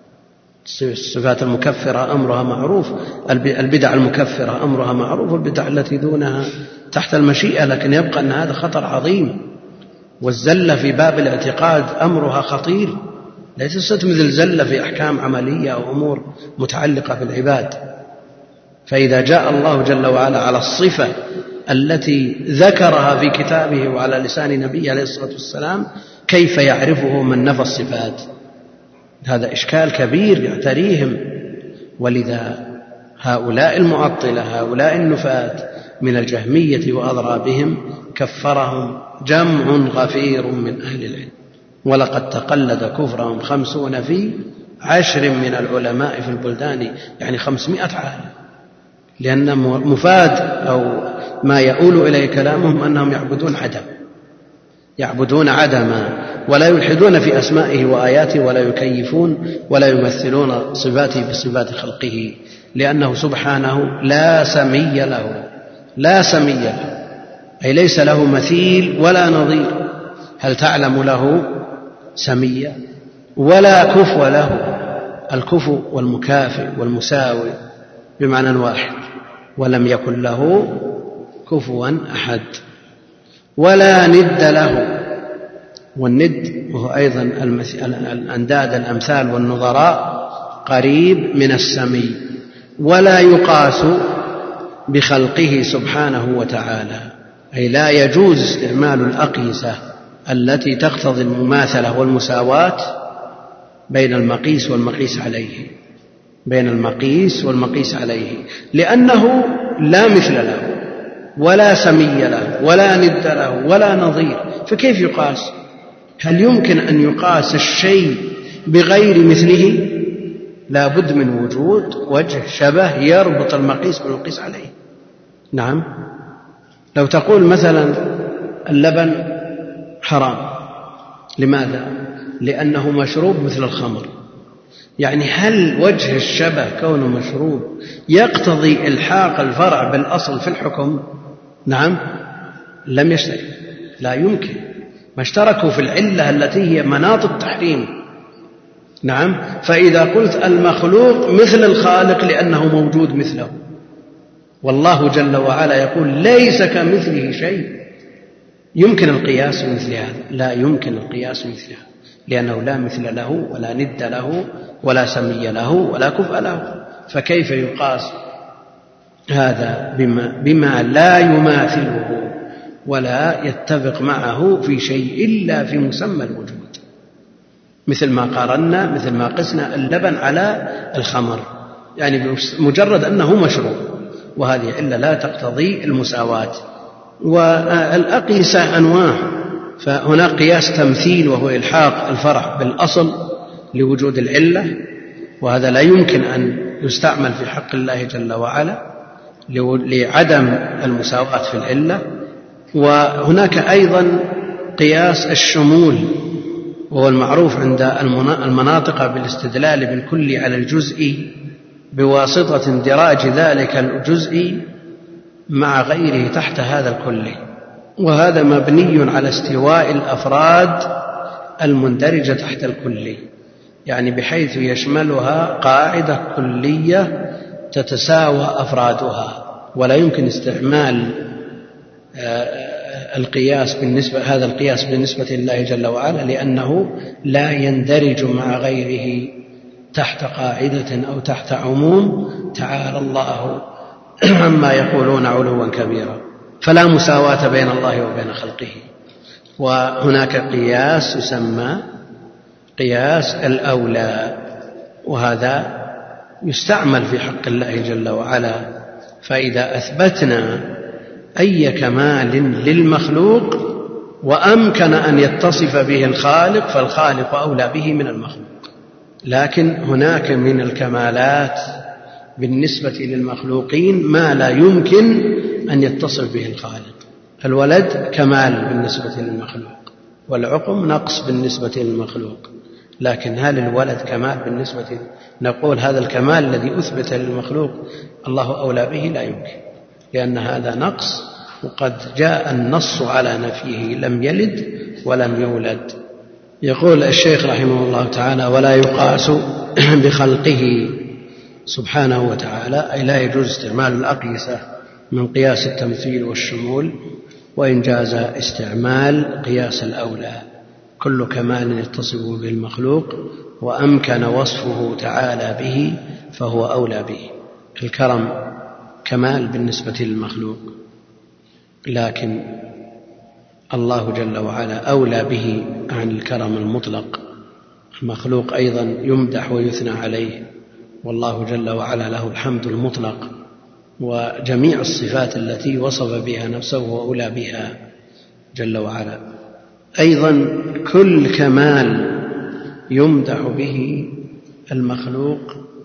[SPEAKER 1] الصفات المكفرة أمرها معروف، البدع المكفرة أمرها معروف، البدع التي دونها تحت المشيئة، لكن يبقى أن هذا خطر عظيم. والزلة في باب الاعتقاد أمرها خطير، ليست مثل زلة في أحكام عملية أو أمور متعلقة بالعباد. فإذا جاء الله جل وعلا على الصفة التي ذكرها في كتابه وعلى لسان نبيه عليه الصلاة والسلام، كيف يعرفه من نفى الصفات؟ هذا إشكال كبير يعتريهم. ولذا هؤلاء المعطلة، هؤلاء النفاة من الجهمية وأضرابهم، كفرهم جمع غفير من أهل العلم، ولقد تقلد كفرهم 50 في 10 من العلماء في البلدان، يعني 500 عالم. لأن مفاد أو ما يؤول إليه كلامهم أنهم يعبدون عدم، يعبدون عدما، ولا يلحدون في أسمائه وآياته، ولا يكيفون ولا يمثلون صفاته بصفات خلقه، لأنه سبحانه لا سمي له، لا سمي له، أي ليس له مثيل ولا نظير. هل تعلم له سميا؟ ولا كفو له. الكفو والمكافئ والمساوي بمعنى واحد، ولم يكن له كفوا أحد. ولا ند له، والند وهو أيضا الأنداد الأمثال والنظراء قريب من السمي. ولا يقاس بخلقه سبحانه وتعالى، أي لا يجوز استعمال الأقيسة التي تقتضي المماثلة والمساواة بين المقيس والمقيس عليه، بين المقيس والمقيس عليه، لأنه لا مثل له ولا سمي له ولا ند له ولا نظير، فكيف يقاس؟ هل يمكن أن يقاس الشيء بغير مثله؟ لا بد من وجود وجه شبه يربط المقيس بالمقيس عليه. نعم، لو تقول مثلا اللبن حرام، لماذا؟ لأنه مشروب مثل الخمر، يعني هل وجه الشبه كونه مشروب يقتضي إلحاق الفرع بالأصل في الحكم؟ نعم، لم يشترك، لا يمكن. ما اشتركوا في العلة التي هي مناط التحريم. نعم، فإذا قلت المخلوق مثل الخالق لأنه موجود مثله، والله جل وعلا يقول ليس كمثله شيء، يمكن القياس مثل هذا؟ لا يمكن القياس مثل هذا، لأنه لا مثل له ولا ند له ولا سمي له ولا كفء له. فكيف يقاس هذا بما لا يماثله ولا يتفق معه في شيء إلا في مسمى الوجود؟ مثل ما قارنا، مثل ما قسنا اللبن على الخمر، يعني مجرد أنه مشروب، وهذه إلا لا تقتضي المساواة. والأقيسة أنواع، فهناك قياس تمثيل وهو إلحاق الفرع بالأصل لوجود العلة، وهذا لا يمكن أن يستعمل في حق الله جل وعلا لعدم المساواة في العلة. وهناك أيضا قياس الشمول، وهو المعروف عند المناطق بالاستدلال بالكل على الجزء بواسطة اندراج ذلك الجزء مع غيره تحت هذا الكل. وهذا مبني على استواء الأفراد المندرجة تحت الكلي، يعني بحيث يشملها قاعدة كلية تتساوى أفرادها، ولا يمكن استعمال هذا القياس بالنسبة لله جل وعلا، لأنه لا يندرج مع غيره تحت قاعدة أو تحت عموم. تعالى الله عما يقولون علوا كبيرا. فلا مساواة بين الله وبين خلقه. وهناك قياس يسمى قياس الأولى، وهذا يستعمل في حق الله جل وعلا. فإذا أثبتنا أي كمال للمخلوق وأمكن أن يتصف به الخالق فالخالق أولى به من المخلوق. لكن هناك من الكمالات بالنسبة للمخلوقين ما لا يمكن أن يتصف به الخالق. الولد كمال بالنسبة للمخلوق، والعقم نقص بالنسبة للمخلوق. لكن هل الولد كمال بالنسبة نقول هذا الكمال الذي أثبت للمخلوق الله أولى به؟ لا يمكن، لأن هذا نقص، وقد جاء النص على نفيه: لم يلد ولم يولد. يقول الشيخ رحمه الله تعالى: ولا يقاس بخلقه سبحانه وتعالى، أي لا يجوز استعمال الأقيسة من قياس التمثيل والشمول، وإن جاز استعمال قياس الأولى. كل كمال يتصف به المخلوق وأمكن وصفه تعالى به فهو أولى به. الكرم كمال بالنسبة للمخلوق، لكن الله جل وعلا أولى به عن الكرم المطلق. المخلوق أيضا يمدح ويثنى عليه، والله جل وعلا له الحمد المطلق، وجميع الصفات التي وصف بها نفسه هو أولى بها جل وعلا. أيضا كل كمال يمدح به المخلوق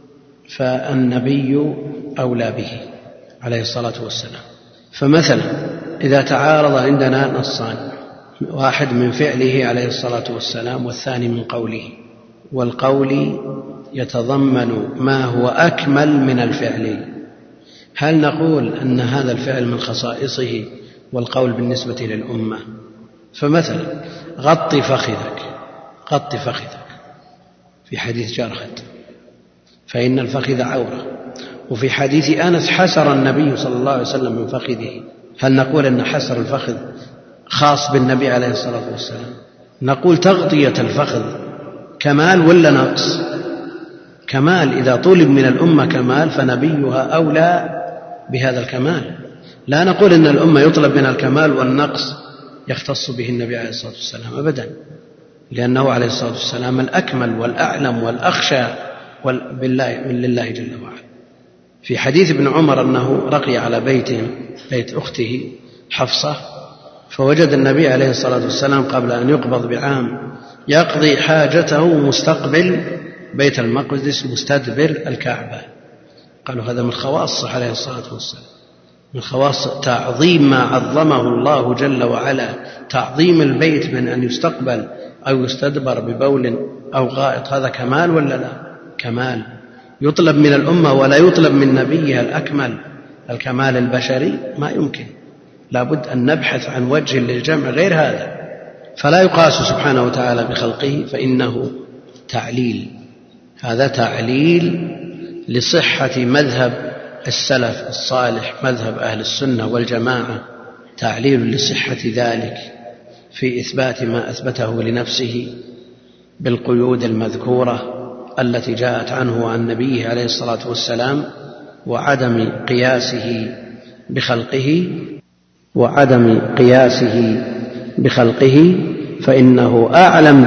[SPEAKER 1] فالنبي أولى به عليه الصلاة والسلام. فمثلا إذا تعارض عندنا نصان، واحد من فعله عليه الصلاة والسلام والثاني من قوله، والقول يتضمن ما هو أكمل من الفعل، هل نقول أن هذا الفعل من خصائصه والقول بالنسبة للأمة؟ فمثلا غط فخذك في حديث جرهد، فإن الفخذ عورة. وفي حديث أنس حسر النبي صلى الله عليه وسلم من فخذه، هل نقول أن حسر الفخذ خاص بالنبي عليه الصلاة والسلام؟ نقول تغطية الفخذ كمال ولا نقص؟ كمال. إذا طلب من الأمة كمال فنبيها أولى بهذا الكمال. لا نقول أن الأمة يطلب منها الكمال والنقص يختص به النبي عليه الصلاة والسلام أبدا، لأنه عليه الصلاة والسلام الأكمل والأعلم والأخشى لله جل وعلا. في حديث ابن عمر أنه رقي على بيت أخته حفصة، فوجد النبي عليه الصلاة والسلام قبل أن يقبض بعام يقضي حاجته مستقبل بيت المقدس مستدبر الكعبة. قالوا هذا من خواصه عليه الصلاة والسلام، من خواص تعظيم ما عظمه الله جل وعلا، تعظيم البيت من أن يستقبل أو يستدبر ببول أو غائط. هذا كمال ولا لا؟ كمال. يطلب من الأمة ولا يطلب من نبيها الأكمل الكمال البشري؟ ما يمكن، لابد أن نبحث عن وجه للجمع غير هذا. فلا يقاس سبحانه وتعالى بخلقه، فإنه تعليل. هذا تعليل لصحة مذهب السلف الصالح، مذهب أهل السنة والجماعة، تعليل لصحة ذلك في إثبات ما أثبته لنفسه بالقيود المذكورة التي جاءت عنه وعن نبيه عليه الصلاة والسلام، وعدم قياسه فإنه أعلم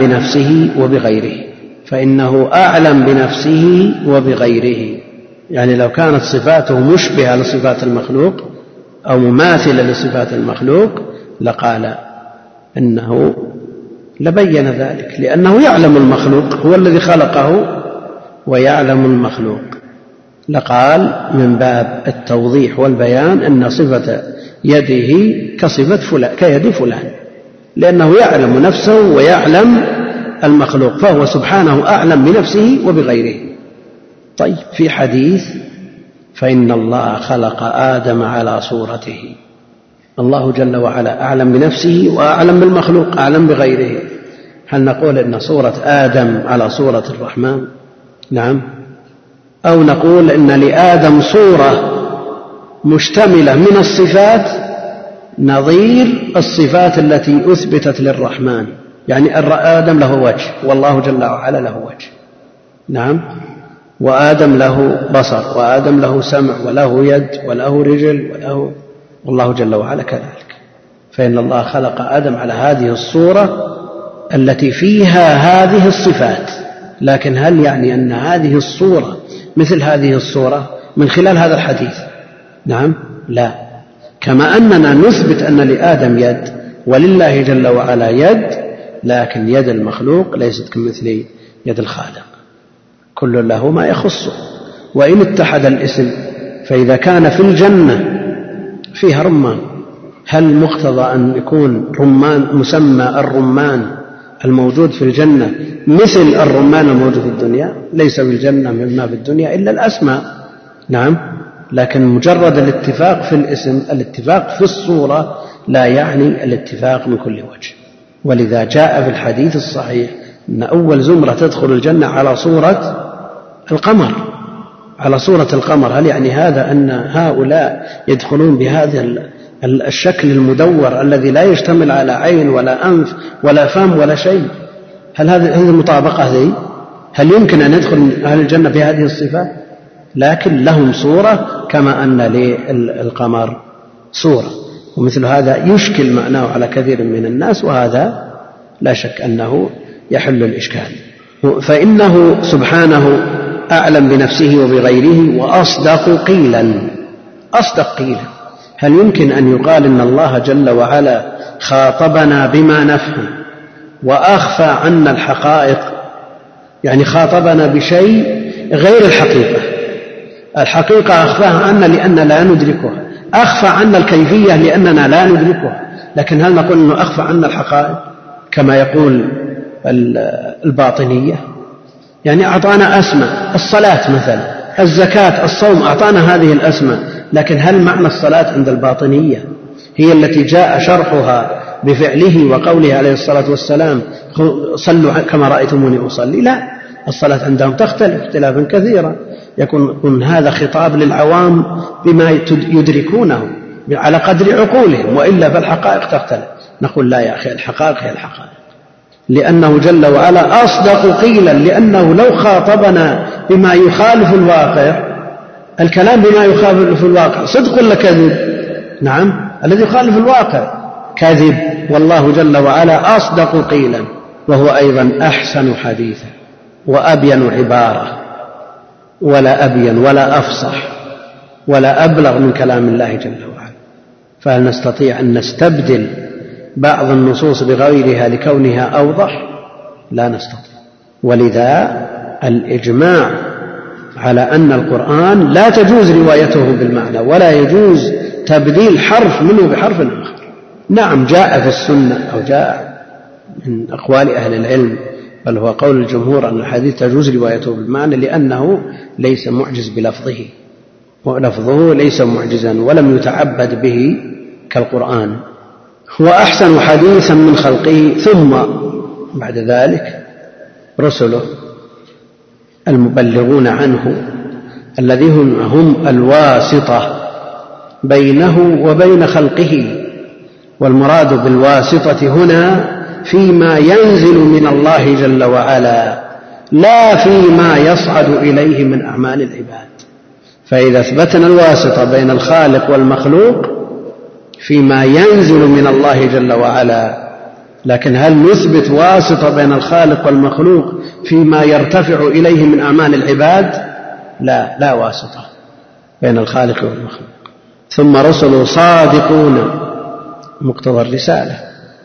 [SPEAKER 1] بنفسه وبغيره. يعني لو كانت صفاته مشبهة لصفات المخلوق أو مماثلة لصفات المخلوق لقال إنه لبين ذلك، لأنه يعلم المخلوق، هو الذي خلقه ويعلم المخلوق. لقال من باب التوضيح والبيان أن صفة يده كصفة فلان، كيد فلان، لأنه يعلم نفسه ويعلم المخلوق، فهو سبحانه أعلم بنفسه وبغيره. طيب، في حديث فإن الله خلق آدم على صورته، الله جل وعلا أعلم بنفسه وأعلم بالمخلوق، أعلم بغيره. هل نقول إن صورة آدم على صورة الرحمن؟ نعم. أو نقول إن لآدم صورة مشتملة من الصفات نظير الصفات التي أثبتت للرحمن، يعني آدم له وجه والله جل وعلا له وجه، نعم، وآدم له بصر وآدم له سمع وله يد وله رجل والله جل وعلا كذلك. فإن الله خلق آدم على هذه الصورة التي فيها هذه الصفات، لكن هل يعني أن هذه الصورة مثل هذه الصورة من خلال هذا الحديث؟ نعم، لا. كما أننا نثبت أن لآدم يد ولله جل وعلا يد، لكن يد المخلوق ليست كمثل يد الخالق، كل له ما يخصه. وإن اتحد الاسم، فإذا كان في الجنة فيها رمان، هل مقتضى أن يكون رمان مسمى الرمان الموجود في الجنة مثل الرمان الموجود في الدنيا؟ ليس في الجنة مما في الدنيا إلا الأسماء، نعم، لكن مجرد الاتفاق في الاسم، الاتفاق في الصورة لا يعني الاتفاق من كل وجه. ولذا جاء في الحديث الصحيح أن أول زمرة تدخل الجنة على صورة القمر، على صورة القمر. هل يعني هذا أن هؤلاء يدخلون بهذا الشكل المدور الذي لا يشتمل على عين ولا أنف ولا فم ولا شيء؟ هل هذه المطابقة ذي؟ هل يمكن أن يدخل أهل الجنة بهذه الصفة؟ لكن لهم صورة كما أن للقمر صورة، ومثل هذا يشكل معناه على كثير من الناس، وهذا لا شك أنه يحل الإشكال. فإنه سبحانه أعلم بنفسه وبغيره وأصدق قيلا. أصدق قيلا، هل يمكن أن يقال إن الله جل وعلا خاطبنا بما نفهم وأخفى عنا الحقائق؟ يعني خاطبنا بشيء غير الحقيقة، الحقيقة أخفاها عنا لأننا لا ندركها، أخفى عنا الكيفية لأننا لا ندركها، لكن هل نقول أنه أخفى عنا الحقائق كما يقول الباطنية؟ يعني أعطانا أسماء، الصلاة مثلا، الزكاة، الصوم، أعطانا هذه الأسماء، لكن هل معنى الصلاة عند الباطنية هي التي جاء شرحها بفعله وقوله عليه الصلاة والسلام صلوا كما رأيتموني أصلي؟ لا، الصلاة عندهم تختلف اختلافا كثيرا، يكون هذا خطاب للعوام بما يدركونه على قدر عقولهم، وإلا فالحقائق تختلف. نقول لا يا أخي، الحقائق هي الحقائق، لأنه جل وعلا أصدق قيلا، لأنه لو خاطبنا بما يخالف الواقع، الكلام بما يخالف الواقع صدق ولا كذب؟ نعم، الذي يخالف الواقع كذب، والله جل وعلا أصدق قيلا، وهو أيضا أحسن حديثا وأبين عبارة، ولا أبين ولا أفصح ولا أبلغ من كلام الله جل وعلا. فهل نستطيع أن نستبدل بعض النصوص بغيرها لكونها أوضح؟ لا نستطيع. ولذا الإجماع على أن القرآن لا تجوز روايته بالمعنى، ولا يجوز تبديل حرف منه بحرف آخر. نعم، جاء في السنة أو جاء من أقوال أهل العلم، بل هو قول الجمهور أن الحديث تجوز روايته بالمعنى، لأنه ليس معجز بلفظه، ولفظه ليس معجزا ولم يتعبد به كالقرآن. هو أحسن حديثا من خلقه، ثم بعد ذلك رسله المبلغون عنه الذين هم الواسطة بينه وبين خلقه. والمراد بالواسطة هنا فيما ينزل من الله جل وعلا، لا فيما يصعد إليه من أعمال العباد. فإذا أثبتنا الواسطة بين الخالق والمخلوق فيما ينزل من الله جل وعلا، لكن هل نثبت واسطة بين الخالق والمخلوق فيما يرتفع إليه من أعمال العباد؟ لا واسطة بين الخالق والمخلوق. ثم رسل صادقون، مقتضى الرسالة.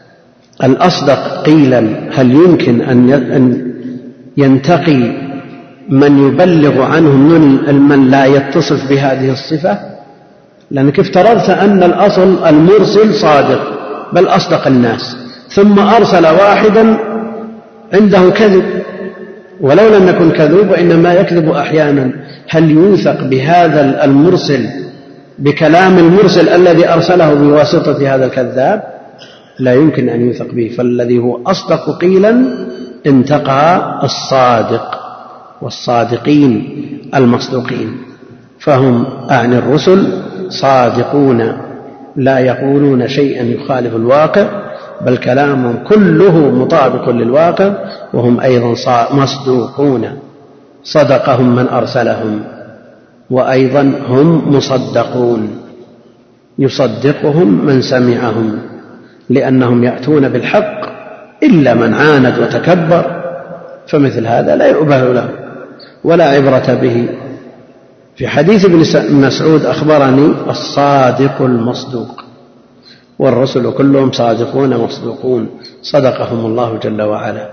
[SPEAKER 1] الأصدق قيلا، هل يمكن أن ينتقي من يبلغ عنهم من لا يتصف بهذه الصفة؟ لأنك افترضت أن الأصل المرسل صادق بل أصدق الناس، ثم أرسل واحدا عنده كذب، ولو لم يكن كذوب وإنما يكذب أحيانا، هل يوثق بهذا المرسل بكلام المرسل الذي أرسله بواسطة هذا الكذاب لا يمكن أن يوثق به. فالذي هو أصدق قيلا انتقى الصادق والصادقين المصدوقين، فهم أعني الرسل صادقون لا يقولون شيئا يخالف الواقع، بل كلامهم كله مطابق للواقع، وهم أيضا مصدوقون، صدقهم من أرسلهم، وأيضا هم مصدقون، يصدقهم من سمعهم، لأنهم يأتون بالحق إلا من عاند وتكبر، فمثل هذا لا يؤبه له ولا عبرة به. في حديث ابن مسعود أخبرني الصادق المصدوق، والرسل كلهم صادقون مصدوقون، صدقهم الله جل وعلا،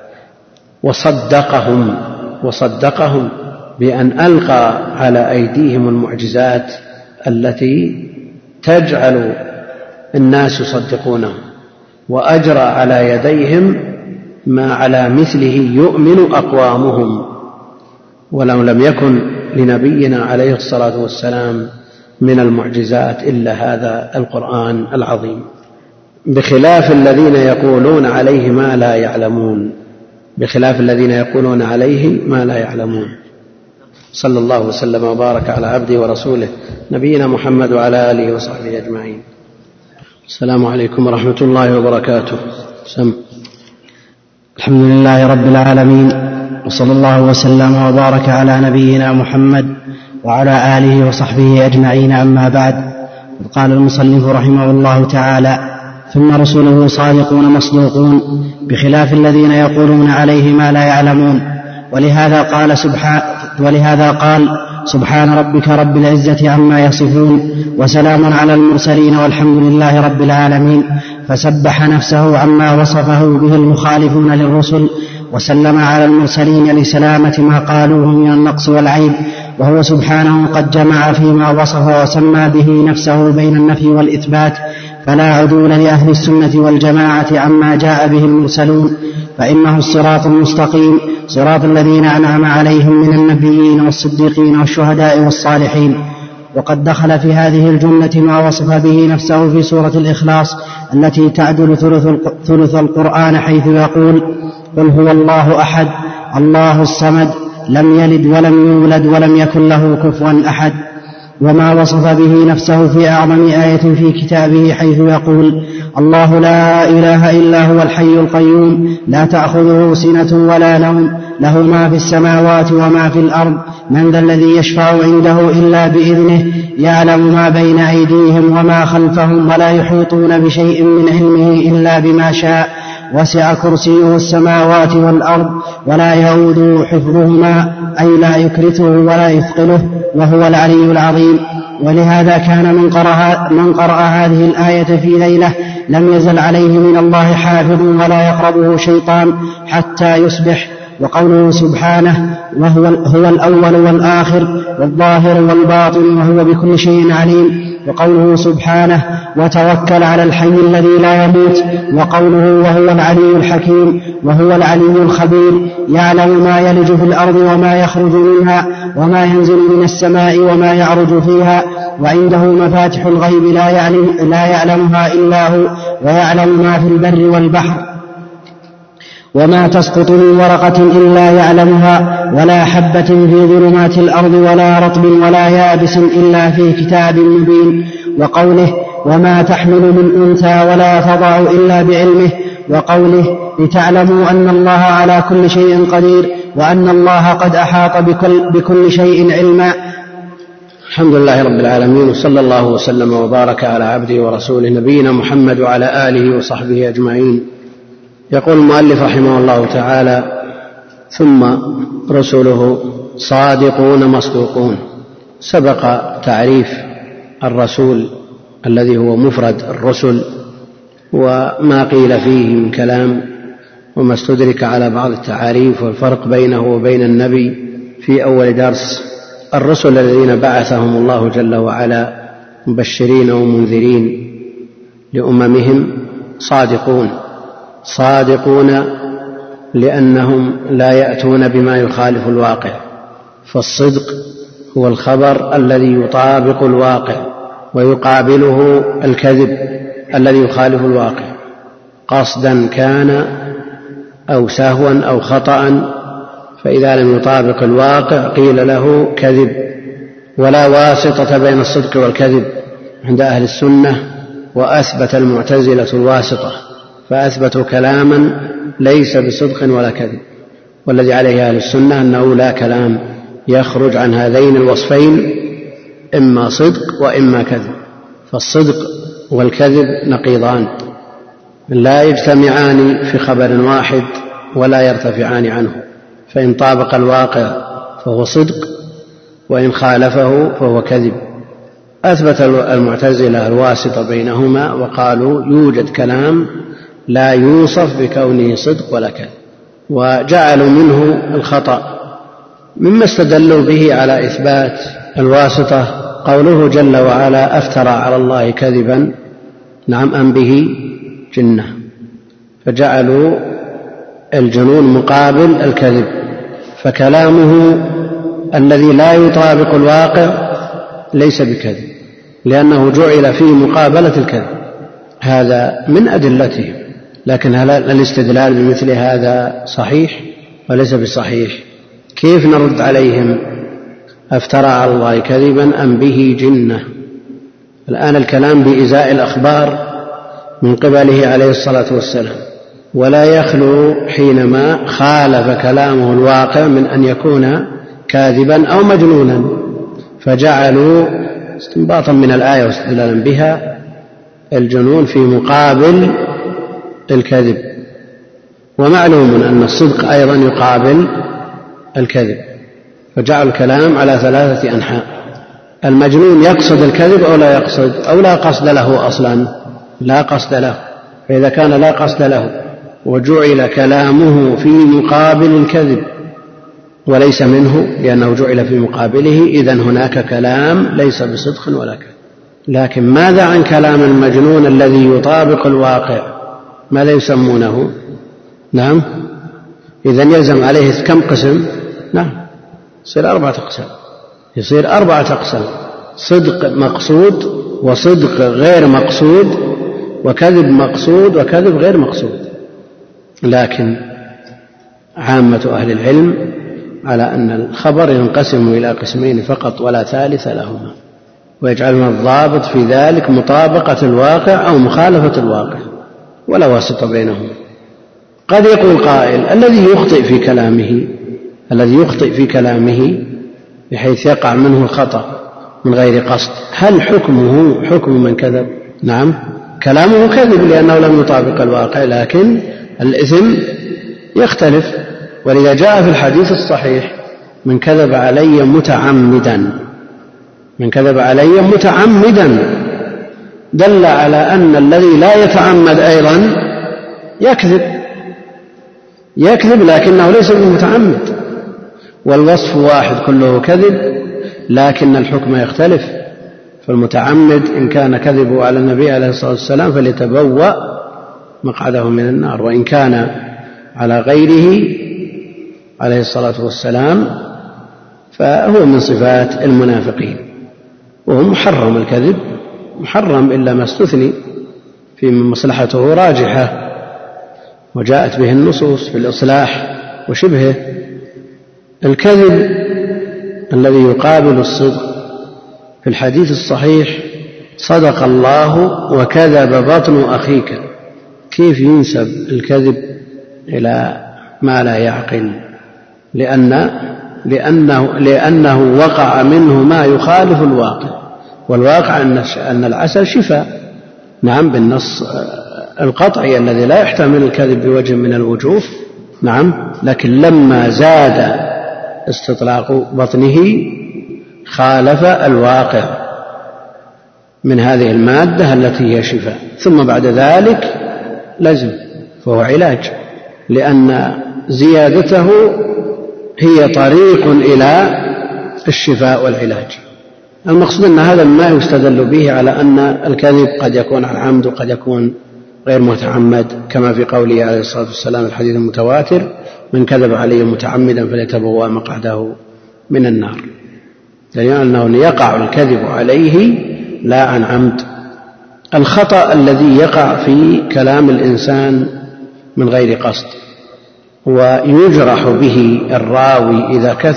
[SPEAKER 1] وصدقهم بأن ألقى على أيديهم المعجزات التي تجعل الناس يصدقونه، وأجرى على يديهم ما على مثله يؤمن أقوامهم. ولو لم يكن لنبينا عليه الصلاة والسلام من المعجزات إلا هذا القرآن العظيم، بخلاف الذين يقولون عليه ما لا يعلمون، صلى الله وسلم وبارك على عبده ورسوله نبينا محمد وعلى آله وصحبه أجمعين. السلام عليكم ورحمة الله وبركاته.
[SPEAKER 2] الحمد لله رب العالمين، وصلى الله وسلم وبارك على نبينا محمد وعلى آله وصحبه أجمعين. أما بعد، قال المصنف رحمه الله تعالى: ثم رسله صادقون مصدوقون، بخلاف الذين يقولون عليه ما لا يعلمون. ولهذا قال سبحان ربك رب العزة عما يصفون، وسلام على المرسلين، والحمد لله رب العالمين. فسبح نفسه عما وصفه به المخالفون للرسل، وسلم على المرسلين لسلامة ما قالوه من النقص والعيب، وهو سبحانه قد جمع فيما وصف وسمى به نفسه بين النفي والإثبات، فلا عدول لأهل السنة والجماعة عما جاء به المرسلون، فإنه الصراط المستقيم، صراط الذين أنعم عليهم من النبيين والصديقين والشهداء والصالحين. وقد دخل في هذه الجملة ما وصف به نفسه في سورة الإخلاص التي تعدل ثلث القرآن، حيث يقول: قل هو الله أحد الله الصمد لم يلد ولم يولد ولم يكن له كفوا أحد. وما وصف به نفسه في أعظم آية في كتابه، حيث يقول: الله لا إله إلا هو الحي القيوم لا تأخذه سنة ولا نوم له ما في السماوات وما في الأرض من ذا الذي يشفع عنده إلا بإذنه يعلم ما بين أيديهم وما خلفهم ولا يحيطون بشيء من علمه إلا بما شاء وسع كرسيه السماوات والأرض ولا يؤوده حفظهما، أي لا يكرثه ولا يثقله، وهو العلي العظيم. ولهذا كان من قرأ هذه الآية في ليلة لم يزل عليه من الله حافظ ولا يقربه شيطان حتى يصبح. وقوله سبحانه: هو الأول والآخر والظاهر والباطن وهو بكل شيء عليم. وقوله سبحانه: وتوكل على الحي الذي لا يموت. وقوله: وهو العلي الحكيم وهو العلي الخبير يعلم ما يلج في الأرض وما يخرج منها وما ينزل من السماء وما يعرج فيها وعنده مفاتح الغيب لا يعلمها إلا هو ويعلم ما في البر والبحر وما تسقط من ورقة إلا يعلمها ولا حبة في ظلمات الأرض ولا رطب ولا يابس إلا في كتاب مبين. وقوله: وما تحمل من أنثى ولا تضع إلا بعلمه. وقوله: لتعلموا أن الله على كل شيء قدير وأن الله قد أحاط بكل شيء علما.
[SPEAKER 1] الحمد لله رب العالمين، وصلى الله وسلم وبارك على عبده ورسوله نبينا محمد وعلى آله وصحبه أجمعين. يقول المؤلف رحمه الله تعالى: ثم رسله صادقون مصدوقون. سبق تعريف الرسول الذي هو مفرد الرسل وما قيل فيه من كلام، وما استدرك على بعض التعاريف والفرق بينه وبين النبي في أول درس. الرسل الذين بعثهم الله جل وعلا مبشرين ومنذرين لأممهم صادقون لأنهم لا يأتون بما يخالف الواقع، فالصدق هو الخبر الذي يطابق الواقع ويقابله الكذب الذي يخالف الواقع قصدا كان أو سهوا أو خطأ، فإذا لم يطابق الواقع قيل له كذب. ولا واسطة بين الصدق والكذب عند أهل السنة، وأثبت المعتزلة الواسطة فأثبتوا كلاما ليس بصدق ولا كذب، والذي عليه أهل السنة أنه لا كلام يخرج عن هذين الوصفين، إما صدق وإما كذب. فالصدق والكذب نقيضان لا يجتمعان في خبر واحد ولا يرتفعان عنه، فإن طابق الواقع فهو صدق، وإن خالفه فهو كذب. أثبت المعتزلة الواسطة بينهما وقالوا يوجد كلام لا يوصف بكونه صدق ولا كذب، وجعلوا منه الخطأ. مما استدلوا به على إثبات الواسطة قوله جل وعلا أفترى على الله كذبا أم به جنة، فجعلوا الجنون مقابل الكذب، فكلامه الذي لا يطابق الواقع ليس بكذب لأنه جعل فيه مقابلة الكذب. هذا من أدلته، لكن هل الاستدلال بمثل هذا صحيح وليس بصحيح؟ كيف نرد عليهم أفترى على الله كذبا أم به جنة؟ الآن الكلام بإزاء الأخبار من قبله عليه الصلاة والسلام، ولا يخلو حينما خالف كلامه الواقع من أن يكون كاذبا أو مجنونا، فجعلوا استنباطا من الآية واستدلالا بها الجنون في مقابل الكذب. ومعلوم أن الصدق أيضا يقابل الكذب، فجعل الكلام على 3 أنحاء. المجنون يقصد الكذب أو لا يقصد، أو لا قصد له أصلا، لا قصد له. فإذا كان لا قصد له وجعل كلامه في مقابل الكذب وليس منه لأنه جعل في مقابله، إذن هناك كلام ليس بصدق ولا كذب. لكن ماذا عن كلام المجنون الذي يطابق الواقع؟ ماذا يسمونه؟ نعم، إذن يلزم عليه كم قسم؟ نعم، يصير 4 أقسام، يصير 4 أقسام: صدق مقصود، وصدق غير مقصود، وكذب مقصود، وكذب غير مقصود. لكن عامة أهل العلم على أن الخبر ينقسم إلى قسمين فقط ولا ثالث لهما، ويجعلون الضابط في ذلك مطابقة الواقع أو مخالفة الواقع ولا واسطة بينهما. قد يقول قائل: الذي يخطئ في كلامه بحيث يقع منه الخطأ من غير قصد، هل حكمه حكم من كذب؟ نعم، كلامه كذب لأنه لم يطابق الواقع، لكن الإثم يختلف. ولذا جاء في الحديث الصحيح: من كذب علي متعمدا، دل على أن الذي لا يتعمد أيضا يكذب لكنه ليس بمتعمد، والوصف واحد كله كذب، لكن الحكم يختلف. فالمتعمد إن كان كذبه على النبي عليه الصلاة والسلام فليتبوأ مقعده من النار، وإن كان على غيره عليه الصلاة والسلام فهو من صفات المنافقين، وهو محرم. الكذب محرم إلا ما استثني في مصلحته راجحة وجاءت به النصوص في الإصلاح وشبهه. الكذب الذي يقابل الصدق في الحديث الصحيح: صدق الله وكذب بطن أخيك. كيف ينسب الكذب إلى ما لا يعقل؟ لأنه وقع منه ما يخالف الواقع، والواقع أن العسل شفاء، نعم، بالنص القطعي الذي لا يحتمل الكذب بوجه من الوجوه، نعم، لكن لما زاد استطلاق بطنه خالف الواقع من هذه المادة التي هي شفاء، ثم بعد ذلك لزم، فهو علاج، لأن زيادته هي طريق إلى الشفاء والعلاج. المقصود أن هذا ما يستدل به على أن الكذب قد يكون عن عمد وقد يكون غير متعمد، كما في قوله عليه الصلاة والسلام الحديث المتواتر: من كذب علي متعمدا فليتبوأ مقعده من النار. يعني أنه يقع الكذب عليه لا عن عمد. الخطأ الذي يقع في كلام الإنسان من غير قصد ويجرح به الراوي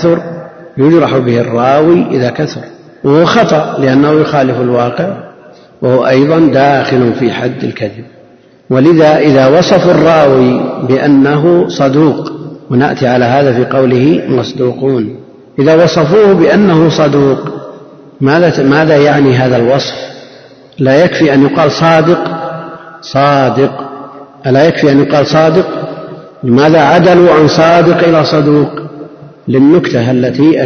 [SPEAKER 1] إذا كثر، وهو خطأ لأنه يخالف الواقع، وهو أيضا داخل في حد الكذب. ولذا إذا وصفوا الراوي بأنه صدوق، ونأتي على هذا في قوله مصدوقون، إذا وصفوه بأنه صدوق ماذا يعني هذا الوصف؟ لا يكفي أن يقال صادق، ألا يكفي أن يقال صادق؟ لماذا عدلوا عن صادق إلى صدوق؟ للنكتة التي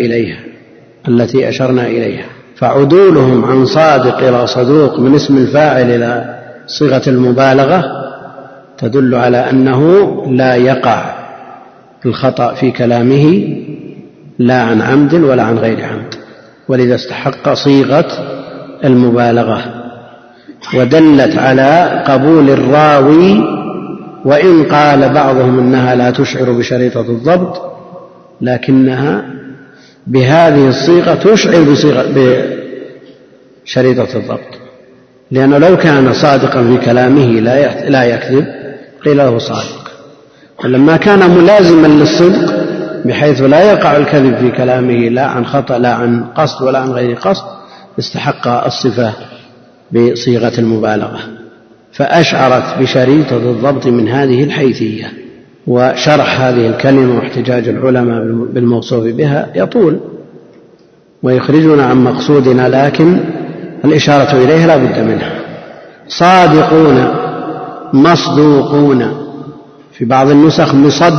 [SPEAKER 1] أشرنا إليها. فعدولهم عن صادق إلى صدوق من اسم الفاعل إلى صيغة المبالغة تدل على أنه لا يقع الخطأ في كلامه لا عن عمد ولا عن غير عمد، ولذا استحق صيغة المبالغة، ودلت على قبول الراوي، وإن قال بعضهم إنها لا تشعر بشريطة الضبط، لكنها بهذه الصيغة تشعر بشريطة الضبط، لأنه لو كان صادقا في كلامه لا يكذب قيل له صادق، ولما كان ملازما للصدق بحيث لا يقع الكذب في كلامه لا عن خطأ لا عن قصد ولا عن غير قصد، استحق الصفة بصيغة المبالغة، فأشعرت بشريطة الضبط من هذه الحيثية. وشرح هذه الكلمة واحتجاج العلماء بالموصوف بها يطول ويخرجنا عن مقصودنا، لكن الإشارة إليها لا بد منها. صادقون، مصدوقون، في بعض النسخ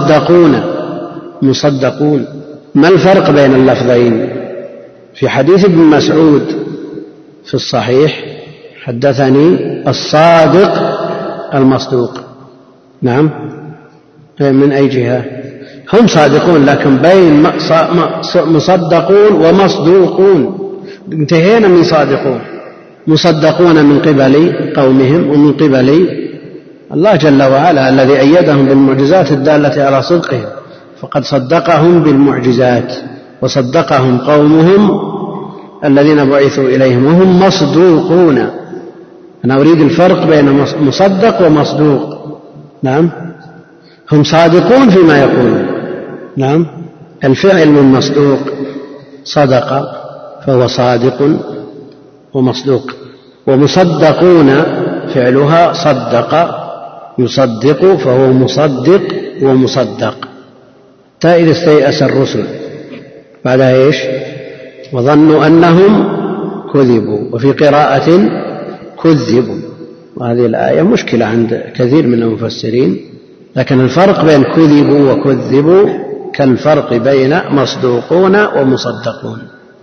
[SPEAKER 1] مصدقون. ما الفرق بين اللفظين؟ في حديث ابن مسعود في الصحيح حدثني الصادق المصدوق. نعم، من أي جهة؟ هم صادقون، لكن بين مصدقون ومصدوقون، انتهينا من صادقون. مصدقون من قبل قومهم ومن قبل الله جل وعلا الذي أيدهم بالمعجزات الدالة على صدقهم، فقد صدقهم بالمعجزات، وصدقهم قومهم الذين بعثوا إليهم وهم مصدوقون. أنا أريد الفرق بين مصدق ومصدوق. نعم، هم صادقون فيما يقولون. نعم، الفعل من مصدوق صدق فهو صادق ومصدوق، ومصدقون فعلها صدق يصدق فهو مصدق ومصدق. حتى إذا استيأس الرسل بعدها إيش؟ وظنوا أنهم كذبوا، وفي قراءة كذبوا، وهذه الآية مشكلة عند كثير من المفسرين، لكن الفرق بين كذبوا وكذبوا كالفرق بين مصدوقون ومصدقون.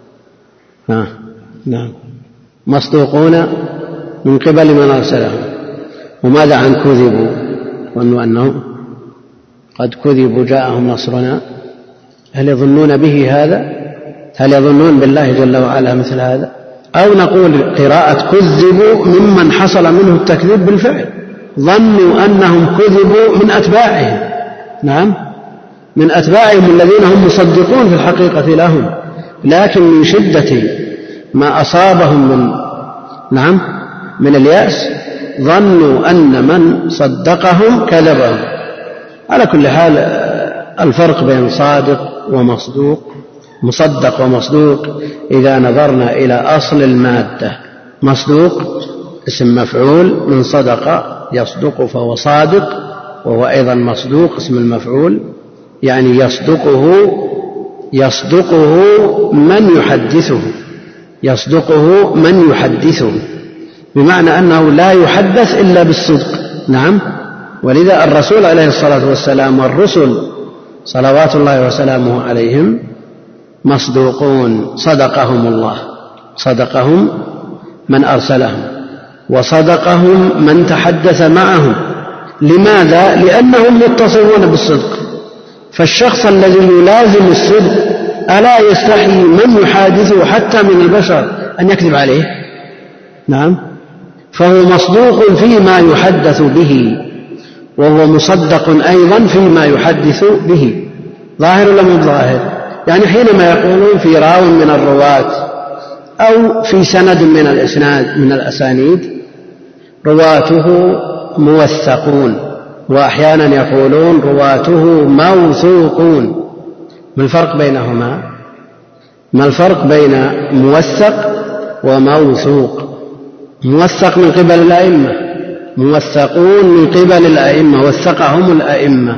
[SPEAKER 1] نعم، مصدوقون من قبل من أرسلهم، وماذا عن كذبوا؟ ظنوا أنهم قد كذبوا جاءهم نصرنا. هل يظنون به هذا؟ هل يظنون بالله جل وعلا مثل هذا؟ أو نقول قراءة كذبوا ممن حصل منه التكذيب بالفعل، ظنوا أنهم كذبوا من أتباعهم. نعم، من أتباعهم الذين هم مصدقون في الحقيقة لهم، لكن من شدة ما أصابهم من اليأس ظنوا أن من صدقهم كذبهم. على كل حال الفرق بين صادق ومصدوق، مصدق ومصدوق، إذا نظرنا إلى أصل المادة، مصدوق اسم مفعول من صدق يصدق فهو صادق، وهو أيضا مصدوق اسم المفعول، يعني يصدقه من يحدثه، بمعنى أنه لا يحدث إلا بالصدق. نعم، ولذا الرسول عليه الصلاة والسلام والرسل صلوات الله وسلامه عليهم مصدوقون، صدقهم الله، صدقهم من أرسلهم، وصدقهم من تحدث معهم. لماذا؟ لأنهم متصفون بالصدق، فالشخص الذي يلازم الصدق ألا يستحي من يحادثه حتى من البشر أن يكذب عليه؟ نعم، فهو مصدوق فيما يحدث به، وهو مصدق أيضا فيما يحدث به. ظاهر ولا مو ظاهر؟ يعني حينما يقولون في راو من الرواة أو في سند من الأسانيد رواته موثقون، وأحيانا يقولون رواته موثوقون. ما الفرق بينهما؟ ما الفرق بين موثق وموثوق؟ موثق من قبل الأئمة، موثقون من قبل الأئمة، وثقهم الأئمة.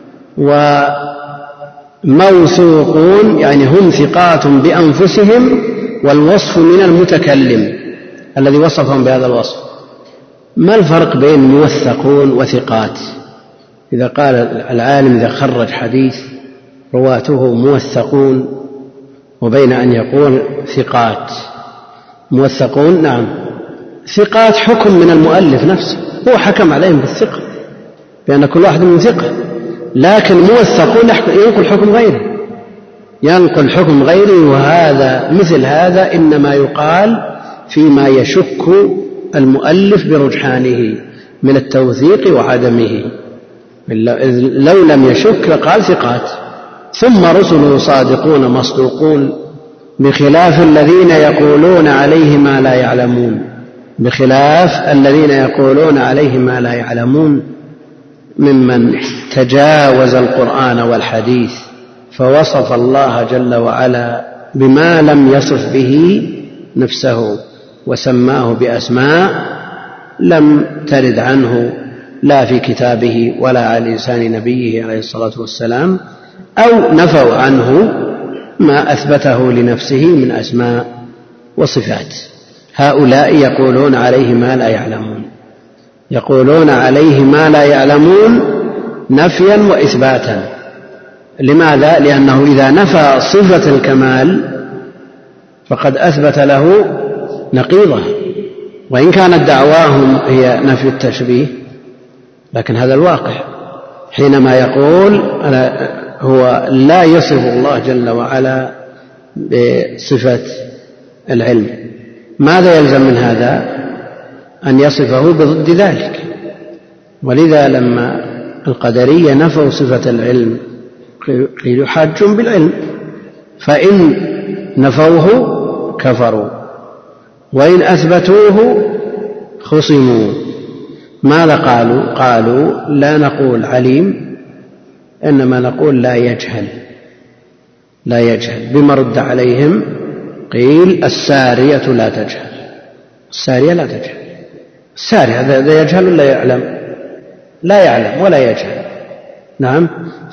[SPEAKER 1] وموثوقون يعني هم ثقات بأنفسهم، والوصف من المتكلم الذي وصفهم بهذا الوصف. ما الفرق بين موثقون وثقات؟ إذا قال العالم إذا خرج حديث رواته موثقون، وبين أن يقول ثقات. موثقون نعم، ثقات حكم من المؤلف نفسه، هو حكم عليهم بالثقة بأن كل واحد من ثقة، لكن موثقون ينقل حكم غيره، ينقل حكم غيره. وهذا مثل هذا إنما يقال فيما يشك المؤلف برجحانه من التوثيق وعدمه. لو لم يشك لقال ثقات. ثم رسله صادقون مصدوقون، بخلاف الذين يقولون عليه ما لا يعلمون، بخلاف الذين يقولون عليه ما لا يعلمون ممن تجاوز القرآن والحديث فوصف الله جل وعلا بما لم يصف به نفسه، وسماه بأسماء لم ترد عنه لا في كتابه ولا على لسان نبيه عليه الصلاة والسلام، أو نفوا عنه ما أثبته لنفسه من أسماء وصفات. هؤلاء يقولون عليه ما لا يعلمون، يقولون عليه ما لا يعلمون نفيا وإثباتا. لماذا؟ لأنه إذا نفى صفة الكمال فقد أثبت له نقيضة، وإن كانت دعواهم هي نفي التشبيه، لكن هذا الواقع. حينما يقول هو لا يصف الله جل وعلا بصفة العلم، ماذا يلزم من هذا؟ أن يصفه بضد ذلك. ولذا لما القدرية نفوا صفة العلم قيل يحاجون بالعلم، فإن نفوه كفروا، وإن أثبتوه خصموا. ماذا قالوا؟ قالوا لا نقول عليم، إنما نقول لا يجهل. لا يجهل. بما رد عليهم قيل السارية لا تجهل. السارية لا تجهل. السارية هذا يجهل ولا يعلم؟ لا يعلم ولا يجهل. نعم.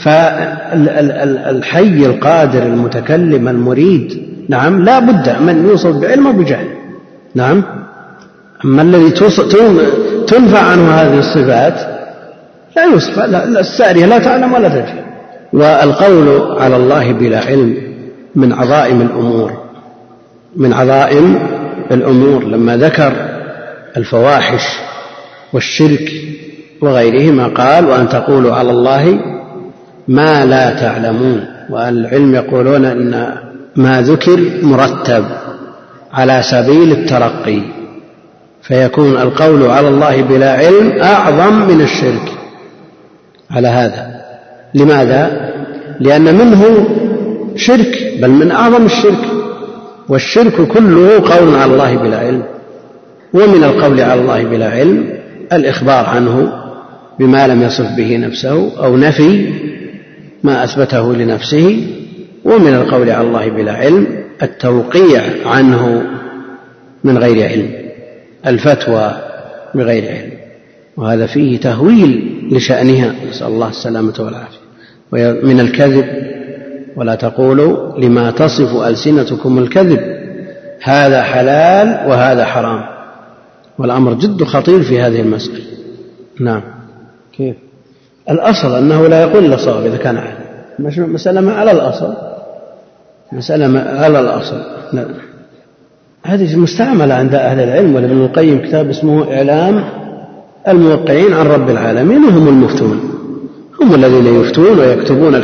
[SPEAKER 1] فالحي القادر المتكلم المريد نعم لا بد من يوصف بعلم وبجهل. نعم. أما الذي تنفع عنه هذه الصفات لا يوصف، السارية لا تعلم ولا تجهل. والقول على الله بلا علم من عظائم الأمور، من عظائم الأمور. لما ذكر الفواحش والشرك وغيرهما قال وأن تقولوا على الله ما لا تعلمون. والعلم يقولون أن ما ذكر مرتب على سبيل الترقي، فيكون القول على الله بلا علم أعظم من الشرك على هذا. لماذا؟ لأن منه شرك، بل من أعظم الشرك، والشرك كله قول على الله بلا علم. ومن القول على الله بلا علم الإخبار عنه بما لم يصف به نفسه أو نفي ما أثبته لنفسه. ومن القول على الله بلا علم التوقيع عنه من غير علم، الفتوى بغير علم، وهذا فيه تهويل لشأنها، نسأل الله السلامة والعافية. ومن الكذب ولا تقولوا لما تصف ألسنتكم الكذب هذا حلال وهذا حرام، والأمر جد خطير في هذه المسألة. نعم. كيف؟ الأصل أنه لا يقول إلا صواب إذا كان عالم. مسألة على الأصل، مسألة على الأصل. لا. هذه مستعملة عند أهل العلم. ولابن القيم كتاب اسمه إعلام الموقعين عن رب العالمين، وهم المفتون، هم الذين يفتون ويكتبون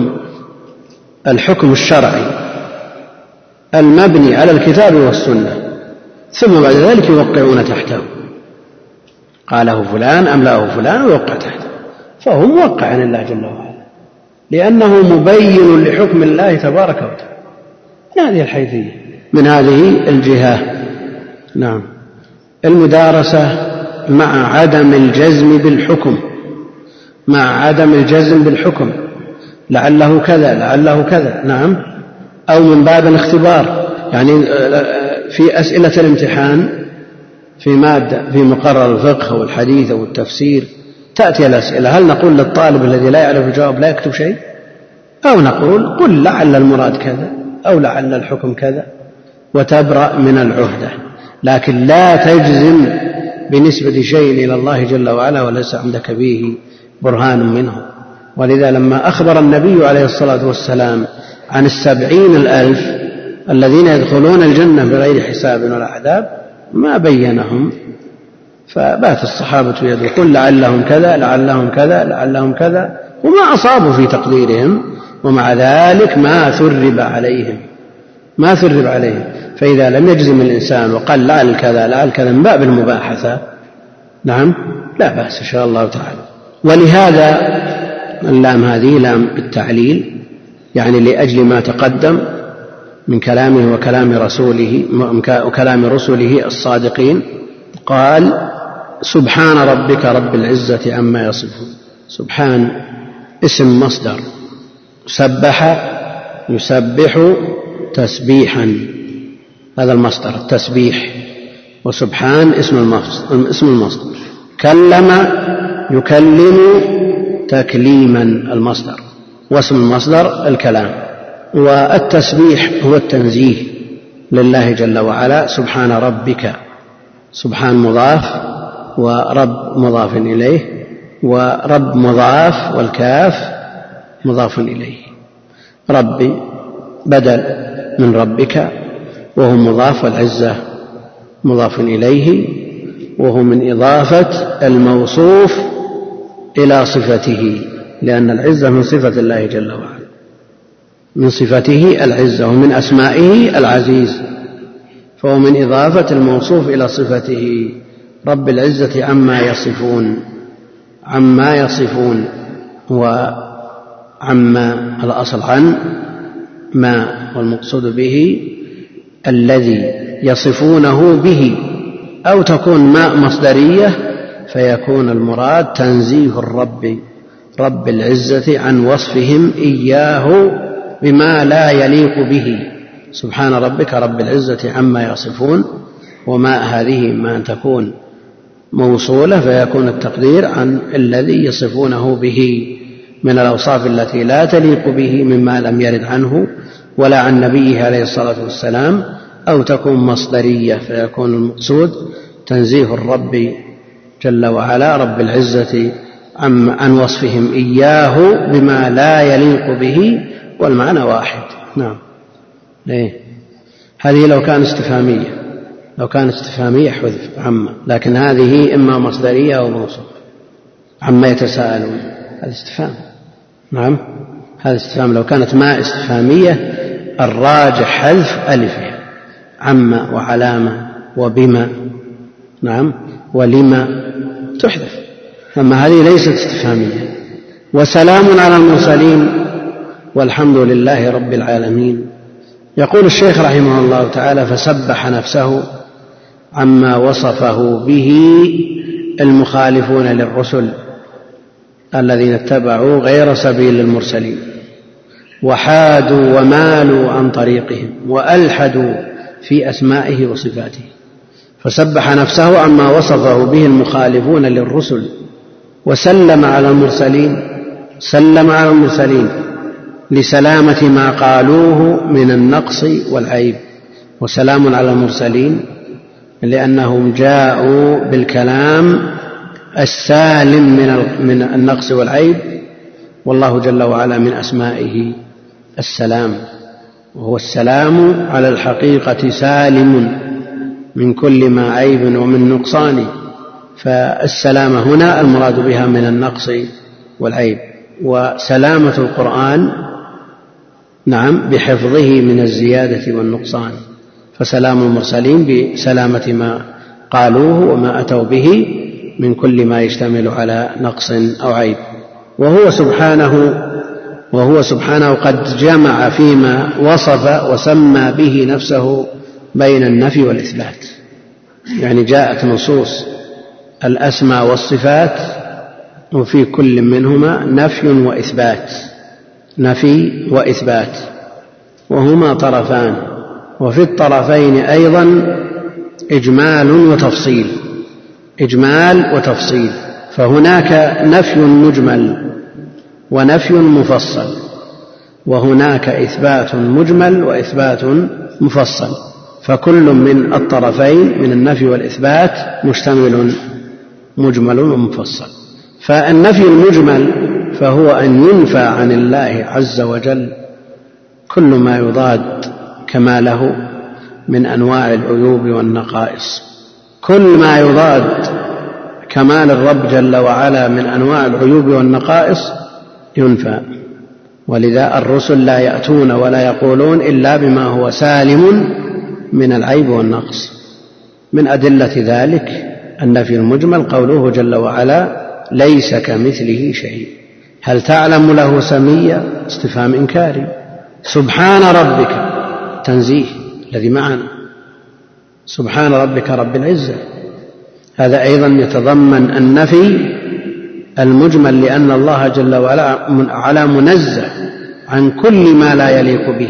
[SPEAKER 1] الحكم الشرعي المبني على الكتاب والسنة، ثم بعد ذلك يوقعون تحته، قاله فلان أملاه فلان ويوقع تحته، فهو موقع عن الله جل وعلا لأنه مبين لحكم الله تبارك وتعالى. هذه الحيثية. من هذه الجهة. نعم. المدارسة مع عدم الجزم بالحكم، مع عدم الجزم بالحكم، لعله كذا لعله كذا. نعم. أو من باب الاختبار، يعني في أسئلة الامتحان في مادة في مقرر الفقه أو الحديث أو التفسير تأتي الأسئلة، هل نقول للطالب الذي لا يعرف الجواب لا يكتب شيء، أو نقول قل لعل المراد كذا أو لعل الحكم كذا وتبرأ من العهدة، لكن لا تجزم بنسبة شيء إلى الله جل وعلا وليس عندك به برهان منه. ولذا لما أخبر النبي عليه الصلاة والسلام عن 70,000 الذين يدخلون الجنة بغير حساب ولا عذاب ما بينهم، فبات الصحابة يدركون لعلهم كذا لعلهم كذا لعلهم كذا، وما أصابوا في تقديرهم، ومع ذلك ما ثرب عليهم. فإذا لم يجزم الإنسان وقال لعل كذا لعل كذا من باب المباحثة، نعم، لا بأس إن شاء الله تعالى. ولهذا اللام هذه لام التعليل، يعني لأجل ما تقدم من كلامه وكلام رسله الصادقين. قال سبحان ربك رب العزة عما يصفون. سبحان اسم مصدر، سبح يسبح تسبيحا، هذا المصدر التسبيح، وسبحان اسم المصدر. كلم يكلم تكليما المصدر، واسم المصدر الكلام. والتسبيح هو التنزيه لله جل وعلا. سبحان ربك، سبحان مضاف ورب مضاف إليه، ورب مضاف والكاف مضاف إليه. ربي بدل من ربك وهو مضاف، والعزة مضاف إليه، وهو من إضافة الموصوف إلى صفته، لأن العزة من صفة الله جل وعلا، من صفته العزة، ومن أسمائه العزيز، فهو من إضافة الموصوف إلى صفته. رب العزة عما يصفون وعما الأصل عن ما، والمقصود به الذي يصفونه به، أو تكون ماء مصدرية فيكون المراد تنزيه الرب رب العزة عن وصفهم إياه بما لا يليق به. سبحان ربك رب العزة عما يصفون، وما هذه ما أن تكون موصولة فيكون التقدير عن الذي يصفونه به من الأوصاف التي لا تليق به مما لم يرد عنه ولا عن نبيه عليه الصلاة والسلام، أو تكون مصدرية فيكون المقصود تنزيه الرب جل وعلا رب العزة عن وصفهم إياه بما لا يليق به، والمعنى واحد. نعم. هذه لو كانت استفهامية حذف عما، لكن هذه إما مصدرية أو موصوف. عما يتساءلون هذا استفهام. نعم، هذا استفهام. لو كانت ما استفهامية الراجح حذف ألفها، عما وعلامة وبما، نعم، ولما تحذف، أما هذه ليست استفهامية. وسلام على المرسلين والحمد لله رب العالمين. يقول الشيخ رحمه الله تعالى: فسبح نفسه عما وصفه به المخالفون للرسل الذين اتبعوا غير سبيل المرسلين، وحادوا ومالوا عن طريقهم وألحدوا في أسمائه وصفاته. فسبح نفسه عما وصفه به المخالفون للرسل، وسلم على المرسلين لسلامة ما قالوه من النقص والعيب. وسلام على المرسلين لأنهم جاءوا بالكلام السالم من النقص والعيب، والله جل وعلا من أسمائه السلام، وهو السلام على الحقيقة سالم من كل ما عيب ومن نقصان. فالسلامة هنا المراد بها من النقص والعيب. وسلامة القرآن نعم بحفظه من الزيادة والنقصان، فسلام المرسلين بسلامة ما قالوه وما أتوا به من كل ما يشتمل على نقص أو عيب. وهو سبحانه قد جمع فيما وصف وسمى به نفسه بين النفي والإثبات، يعني جاءت نصوص الأسماء والصفات وفي كل منهما نفي وإثبات وهما طرفان، وفي الطرفين أيضا إجمال وتفصيل، فهناك نفي مجمل ونفي مفصل، وهناك إثبات مجمل وإثبات مفصل، فكل من الطرفين من النفي والإثبات مشتمل مجمل ومفصل. فالنفي المجمل فهو أن ينفى عن الله عز وجل كل ما يضاد كماله من أنواع العيوب والنقائص، كل ما يضاد كمال الرب جل وعلا من أنواع العيوب والنقائص ينفى. ولذا الرسل لا يأتون ولا يقولون إلا بما هو سالم من العيب والنقص. من أدلة ذلك النفي المجمل قوله جل وعلا ليس كمثله شيء، هل تعلم له سميا؟ استفهام إنكاري. سبحان ربك تنزيه الذي معنا، سبحان ربك رب العزة، هذا أيضا يتضمن النفي المجمل، لأن الله جل وعلا منزه عن كل ما لا يليق به.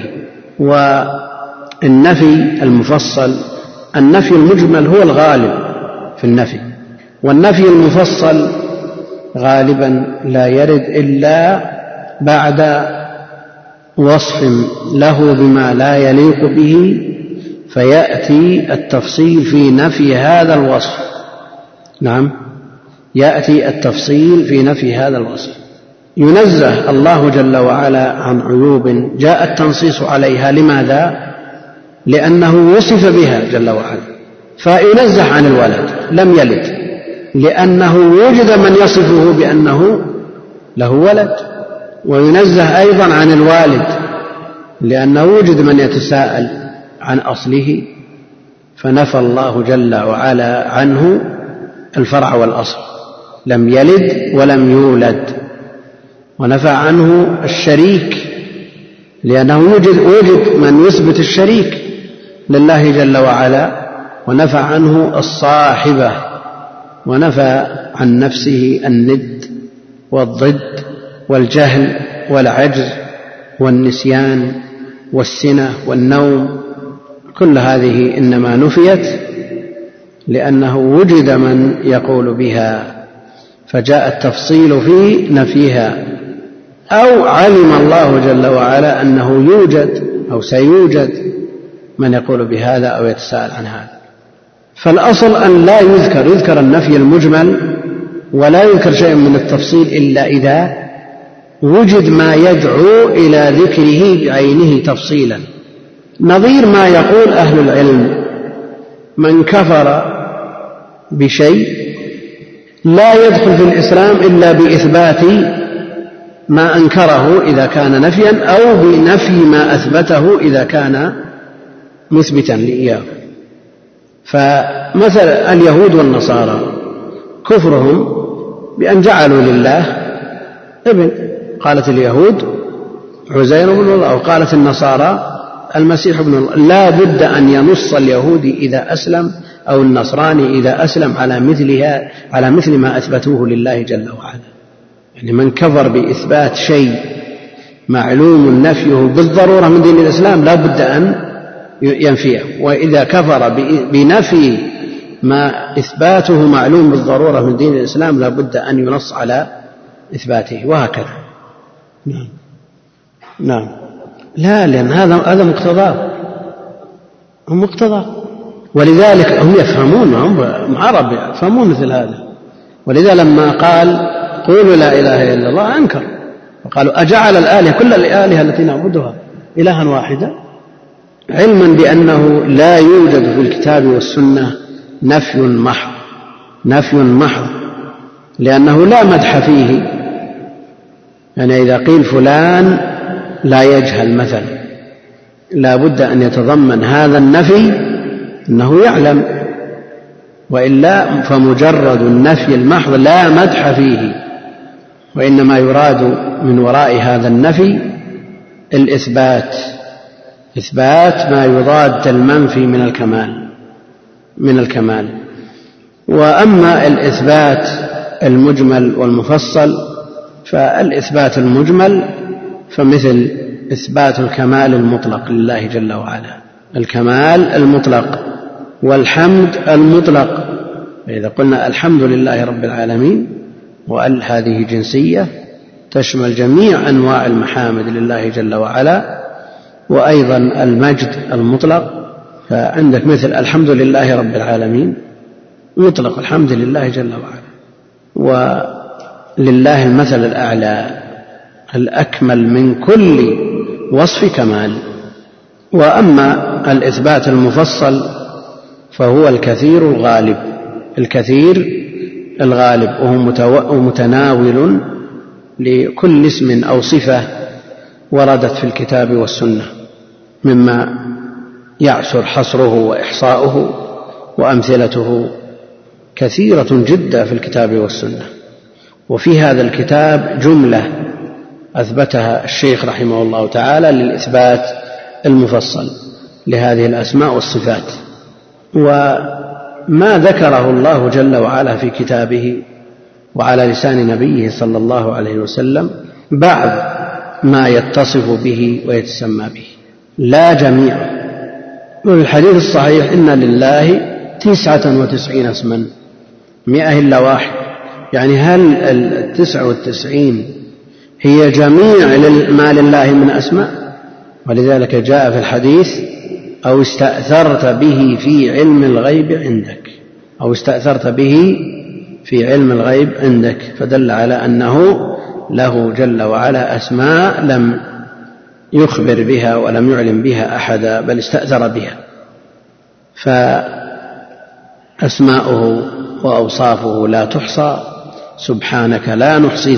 [SPEAKER 1] والنفي المفصل، النفي المجمل هو الغالب في النفي، والنفي المفصل غالبا لا يرد إلا بعد وصف له بما لا يليق به، فيأتي التفصيل في نفي هذا الوصف. نعم، يأتي التفصيل في نفي هذا الوصف. ينزه الله جل وعلا عن عيوب جاء التنصيص عليها، لماذا؟ لأنه وصف بها جل وعلا، فينزه عن الولد لم يلد، لأنه وجد من يصفه بأنه له ولد، وينزه أيضا عن الوالد لأنه وجد من يتساءل عن أصله، فنفى الله جل وعلا عنه الفرع والأصل، لم يلد ولم يولد. ونفى عنه الشريك لأنه وجد من يثبت الشريك لله جل وعلا، ونفى عنه الصاحبة، ونفى عن نفسه الند والضد والجهل والعجز والنسيان والسنة والنوم، كل هذه إنما نفيت لأنه وجد من يقول بها، فجاء التفصيل في نفيها. أو علم الله جل وعلا أنه يوجد أو سيوجد من يقول بهذا أو يتساءل عن هذا. فالأصل أن لا يذكر النفي المجمل ولا يذكر شيء من التفصيل إلا إذا وجد ما يدعو إلى ذكره بعينه تفصيلا، نظير ما يقول أهل العلم من كفر بشيء لا يدخل في الإسلام إلا بإثبات ما أنكره إذا كان نفيا، أو بنفي ما أثبته إذا كان مثبتا لإياه. فمثل اليهود والنصارى كفرهم بأن جعلوا لله ابن، قالت اليهود عزير بن الله، أو قالت النصارى المسيح ابن الله. لا بد أن ينص اليهودي إذا أسلم أو النصراني إذا أسلم على مثل ما أثبتوه لله جل وعلا. يعني من كفر بإثبات شيء معلوم نفيه بالضرورة من دين الإسلام لا بد أن ينفيه، وإذا كفر بنفي ما إثباته معلوم بالضرورة من دين الإسلام لا بد أن ينص على إثباته، وهكذا. نعم. لا، لأن هذا مقتضاه، ولذلك هم يفهمون، هم عرب يفهمون مثل هذا. ولذا لما قال قولوا لا إله إلا الله أنكر، وقالوا أجعل الآلهة كل الآلهة التي نعبدها إلها واحدا، علما بأنه لا يوجد في الكتاب والسنة نفي محض، لأنه لا مدح فيه. يعني إذا قيل فلان لا يجهل مثلا، لا بد أن يتضمن هذا النفي أنه يعلم، وإلا فمجرد النفي المحض لا مدح فيه، وإنما يراد من وراء هذا النفي الإثبات، إثبات ما يضاد المنفي من الكمال. وأما الإثبات المجمل والمفصل، فالإثبات المجمل فمثل إثبات الكمال المطلق لله جل وعلا، الكمال المطلق والحمد المطلق. فإذا قلنا الحمد لله رب العالمين، وأل هذه جنسية تشمل جميع أنواع المحامد لله جل وعلا، وأيضا المجد المطلق. فعندك مثل الحمد لله رب العالمين مطلق، الحمد لله جل وعلا، ولله المثل الأعلى الأكمل من كل وصف كمال. وأما الإثبات المفصل فهو الكثير الغالب، وهو متناول لكل اسم أو صفة وردت في الكتاب والسنة، مما يعسر حصره وإحصاؤه، وأمثلته كثيرة جدا في الكتاب والسنة. وفي هذا الكتاب جملة أثبتها الشيخ رحمه الله تعالى للإثبات المفصل لهذه الأسماء والصفات. وما ذكره الله جل وعلا في كتابه وعلى لسان نبيه صلى الله عليه وسلم بعض ما يتصف به ويتسمى به، لا جميع. وفي الحديث الصحيح إن لله 99 اسما 100 إلا واحد. يعني هل 99 هي جميع ما لله من أسماء؟ ولذلك جاء في الحديث أو استأثرت به في علم الغيب عندك، أو استأثرت به في علم الغيب عندك، فدل على أنه له جل وعلا أسماء لم يخبر بها ولم يعلم بها أحدا، بل استأثر بها. فأسماؤه وأوصافه لا تحصى، سبحانك لا نحصي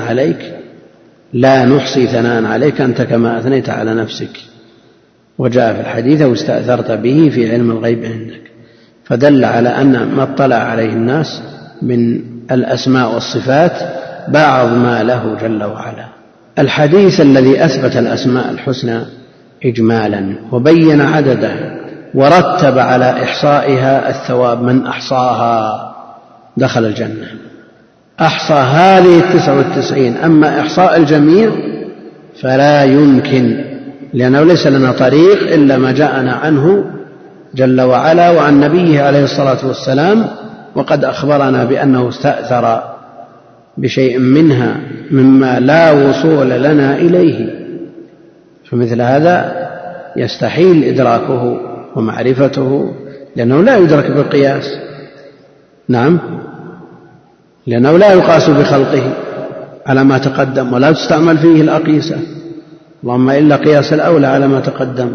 [SPEAKER 1] ثناء عليك أنت كما أثنيت على نفسك. وجاء في الحديث واستأثرت به في علم الغيب عندك، فدل على أن ما اطلع عليه الناس من الأسماء والصفات بعض ما له جل وعلا. الحديث الذي أثبت الأسماء الحسنى إجمالا وبين عددها ورتب على إحصائها الثواب، من أحصاها دخل الجنة، أحصى هذه 99. أما إحصاء الجميع فلا يمكن، لأنه ليس لنا طريق إلا ما جاءنا عنه جل وعلا وعن نبيه عليه الصلاة والسلام، وقد أخبرنا بأنه استأثر بشيء منها مما لا وصول لنا إليه. فمثل هذا يستحيل إدراكه ومعرفته، لأنه لا يدرك بالقياس. نعم، لأنه لا يقاس بخلقه على ما تقدم، ولا تستعمل فيه الأقيسة، اللهم إلا قياس الأولى على ما تقدم.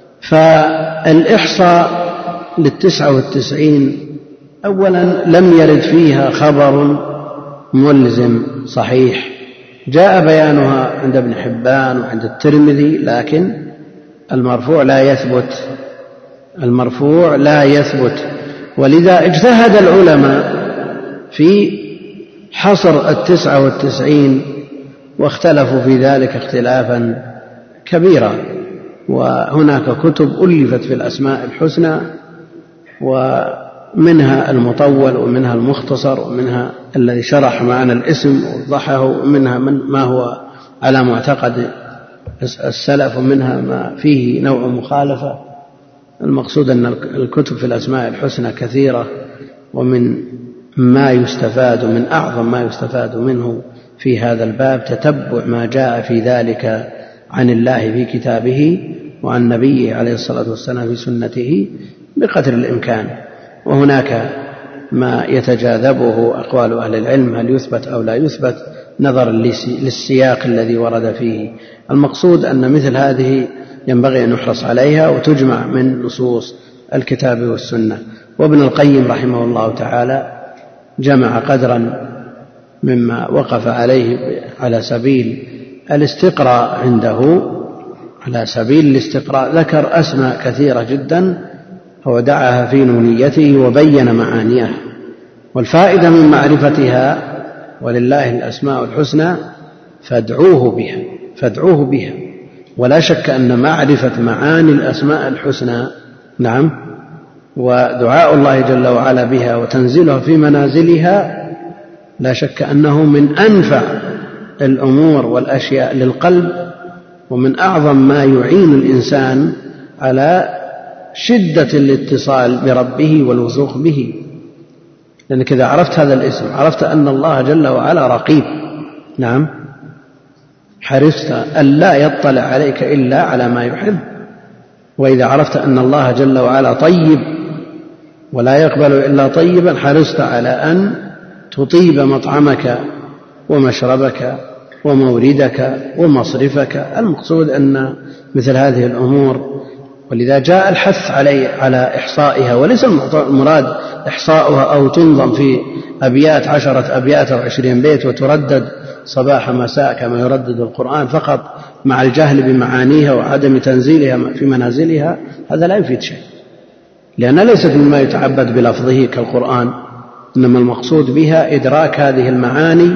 [SPEAKER 1] فالإحصاء 99 أولا لم يرد فيها خبر ملزم صحيح، جاء بيانها عند ابن حبان وعند الترمذي، لكن المرفوع لا يثبت. ولذا اجتهد العلماء في حصر 99 واختلفوا في ذلك اختلافا كبيرا. وهناك كتب ألفت في الأسماء الحسنى، ومنها المطول ومنها المختصر ومنها الذي شرح معنى الاسم ووضحه، ومنها ما هو على معتقد السلف، ومنها ما فيه نوع مخالفة. المقصود أن الكتب في الأسماء الحسنى كثيرة، ومن ما يستفاد، من أعظم ما يستفاد منه في هذا الباب تتبع ما جاء في ذلك عن الله في كتابه وعن نبيه عليه الصلاة والسلام في سنته بقدر الإمكان. وهناك ما يتجاذبه أقوال أهل العلم هل يثبت أو لا يثبت نظرا للسياق الذي ورد فيه. المقصود أن مثل هذه ينبغي أن يحرص عليها وتجمع من نصوص الكتاب والسنة. وابن القيم رحمه الله تعالى جمع قدرا مما وقف عليه على سبيل الاستقراء عنده، على سبيل الاستقراء ذكر أسماء كثيرة جدا ودعاها في نونيته وبين معانيها. والفائدة من معرفتها، ولله الأسماء الحسنى فادعوه بها ولا شك أن معرفة معاني الأسماء الحسنى نعم ودعاء الله جل وعلا بها وتنزيلها في منازلها لا شك أنه من أنفع الأمور والأشياء للقلب، ومن أعظم ما يعين الإنسان على شدة الاتصال بربه والوثوق به. لأنك إذا عرفت هذا الاسم عرفت أن الله جل وعلا رقيب نعم، حرصت ألا يطلع عليك إلا على ما يحب. وإذا عرفت أن الله جل وعلا طيب ولا يقبل إلا طيبا حرصت على أن تطيب مطعمك ومشربك وموردك ومصرفك. المقصود أن مثل هذه الأمور، ولذا جاء الحث على إحصائها، وليس المراد إحصاؤها أو تنظم في أبيات 10 أبيات أو 20 بيت وتردد صباح مساء كما يردد القرآن فقط مع الجهل بمعانيها وعدم تنزيلها في منازلها. هذا لا يفيد شيء، لأن ليست مما يتعبد بلفظه كالقرآن، إنما المقصود بها إدراك هذه المعاني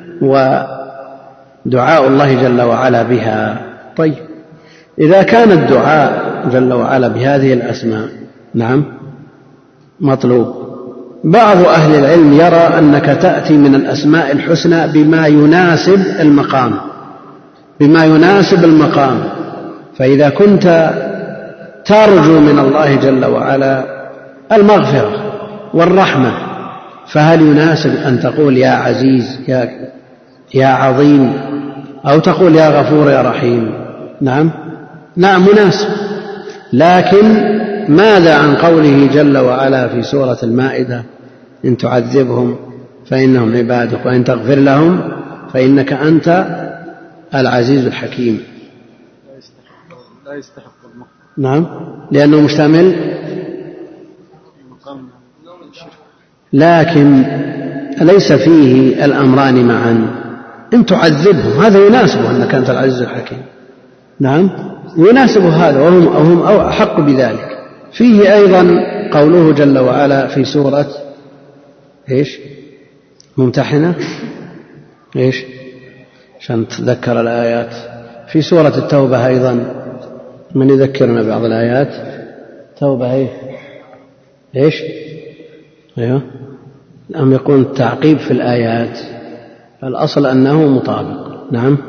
[SPEAKER 1] ودعاء الله جل وعلا بها. طيب، إذا كان الدعاء جل وعلا بهذه الأسماء نعم مطلوب، بعض أهل العلم يرى أنك تأتي من الأسماء الحسنى بما يناسب المقام. فإذا كنت ترجو من الله جل وعلا المغفرة والرحمة، فهل يناسب أن تقول يا عزيز يا عظيم، أو تقول يا غفور يا رحيم؟ نعم مناسب. لكن ماذا عن قوله جل وعلا في سورة المائدة إن تعذبهم فإنهم عبادك وإن تغفر لهم فإنك أنت العزيز الحكيم؟
[SPEAKER 3] لا يستحق المغفرة.
[SPEAKER 1] نعم، لأنه مشتمل، لكن ليس فيه الأمران معا. إن تعذبهم هذا يناسبه أنك أنت العزيز الحكيم، نعم يناسب هذا وهم أحق بذلك. فيه أيضا قوله جل وعلا في سورة ممتحنة عشان تذكر الآيات، في سورة التوبة أيضا من يذكرنا بعض الآيات. توبة أيوه، أم يكون التعقيب في الآيات؟ الأصل أنه مطابق. نعم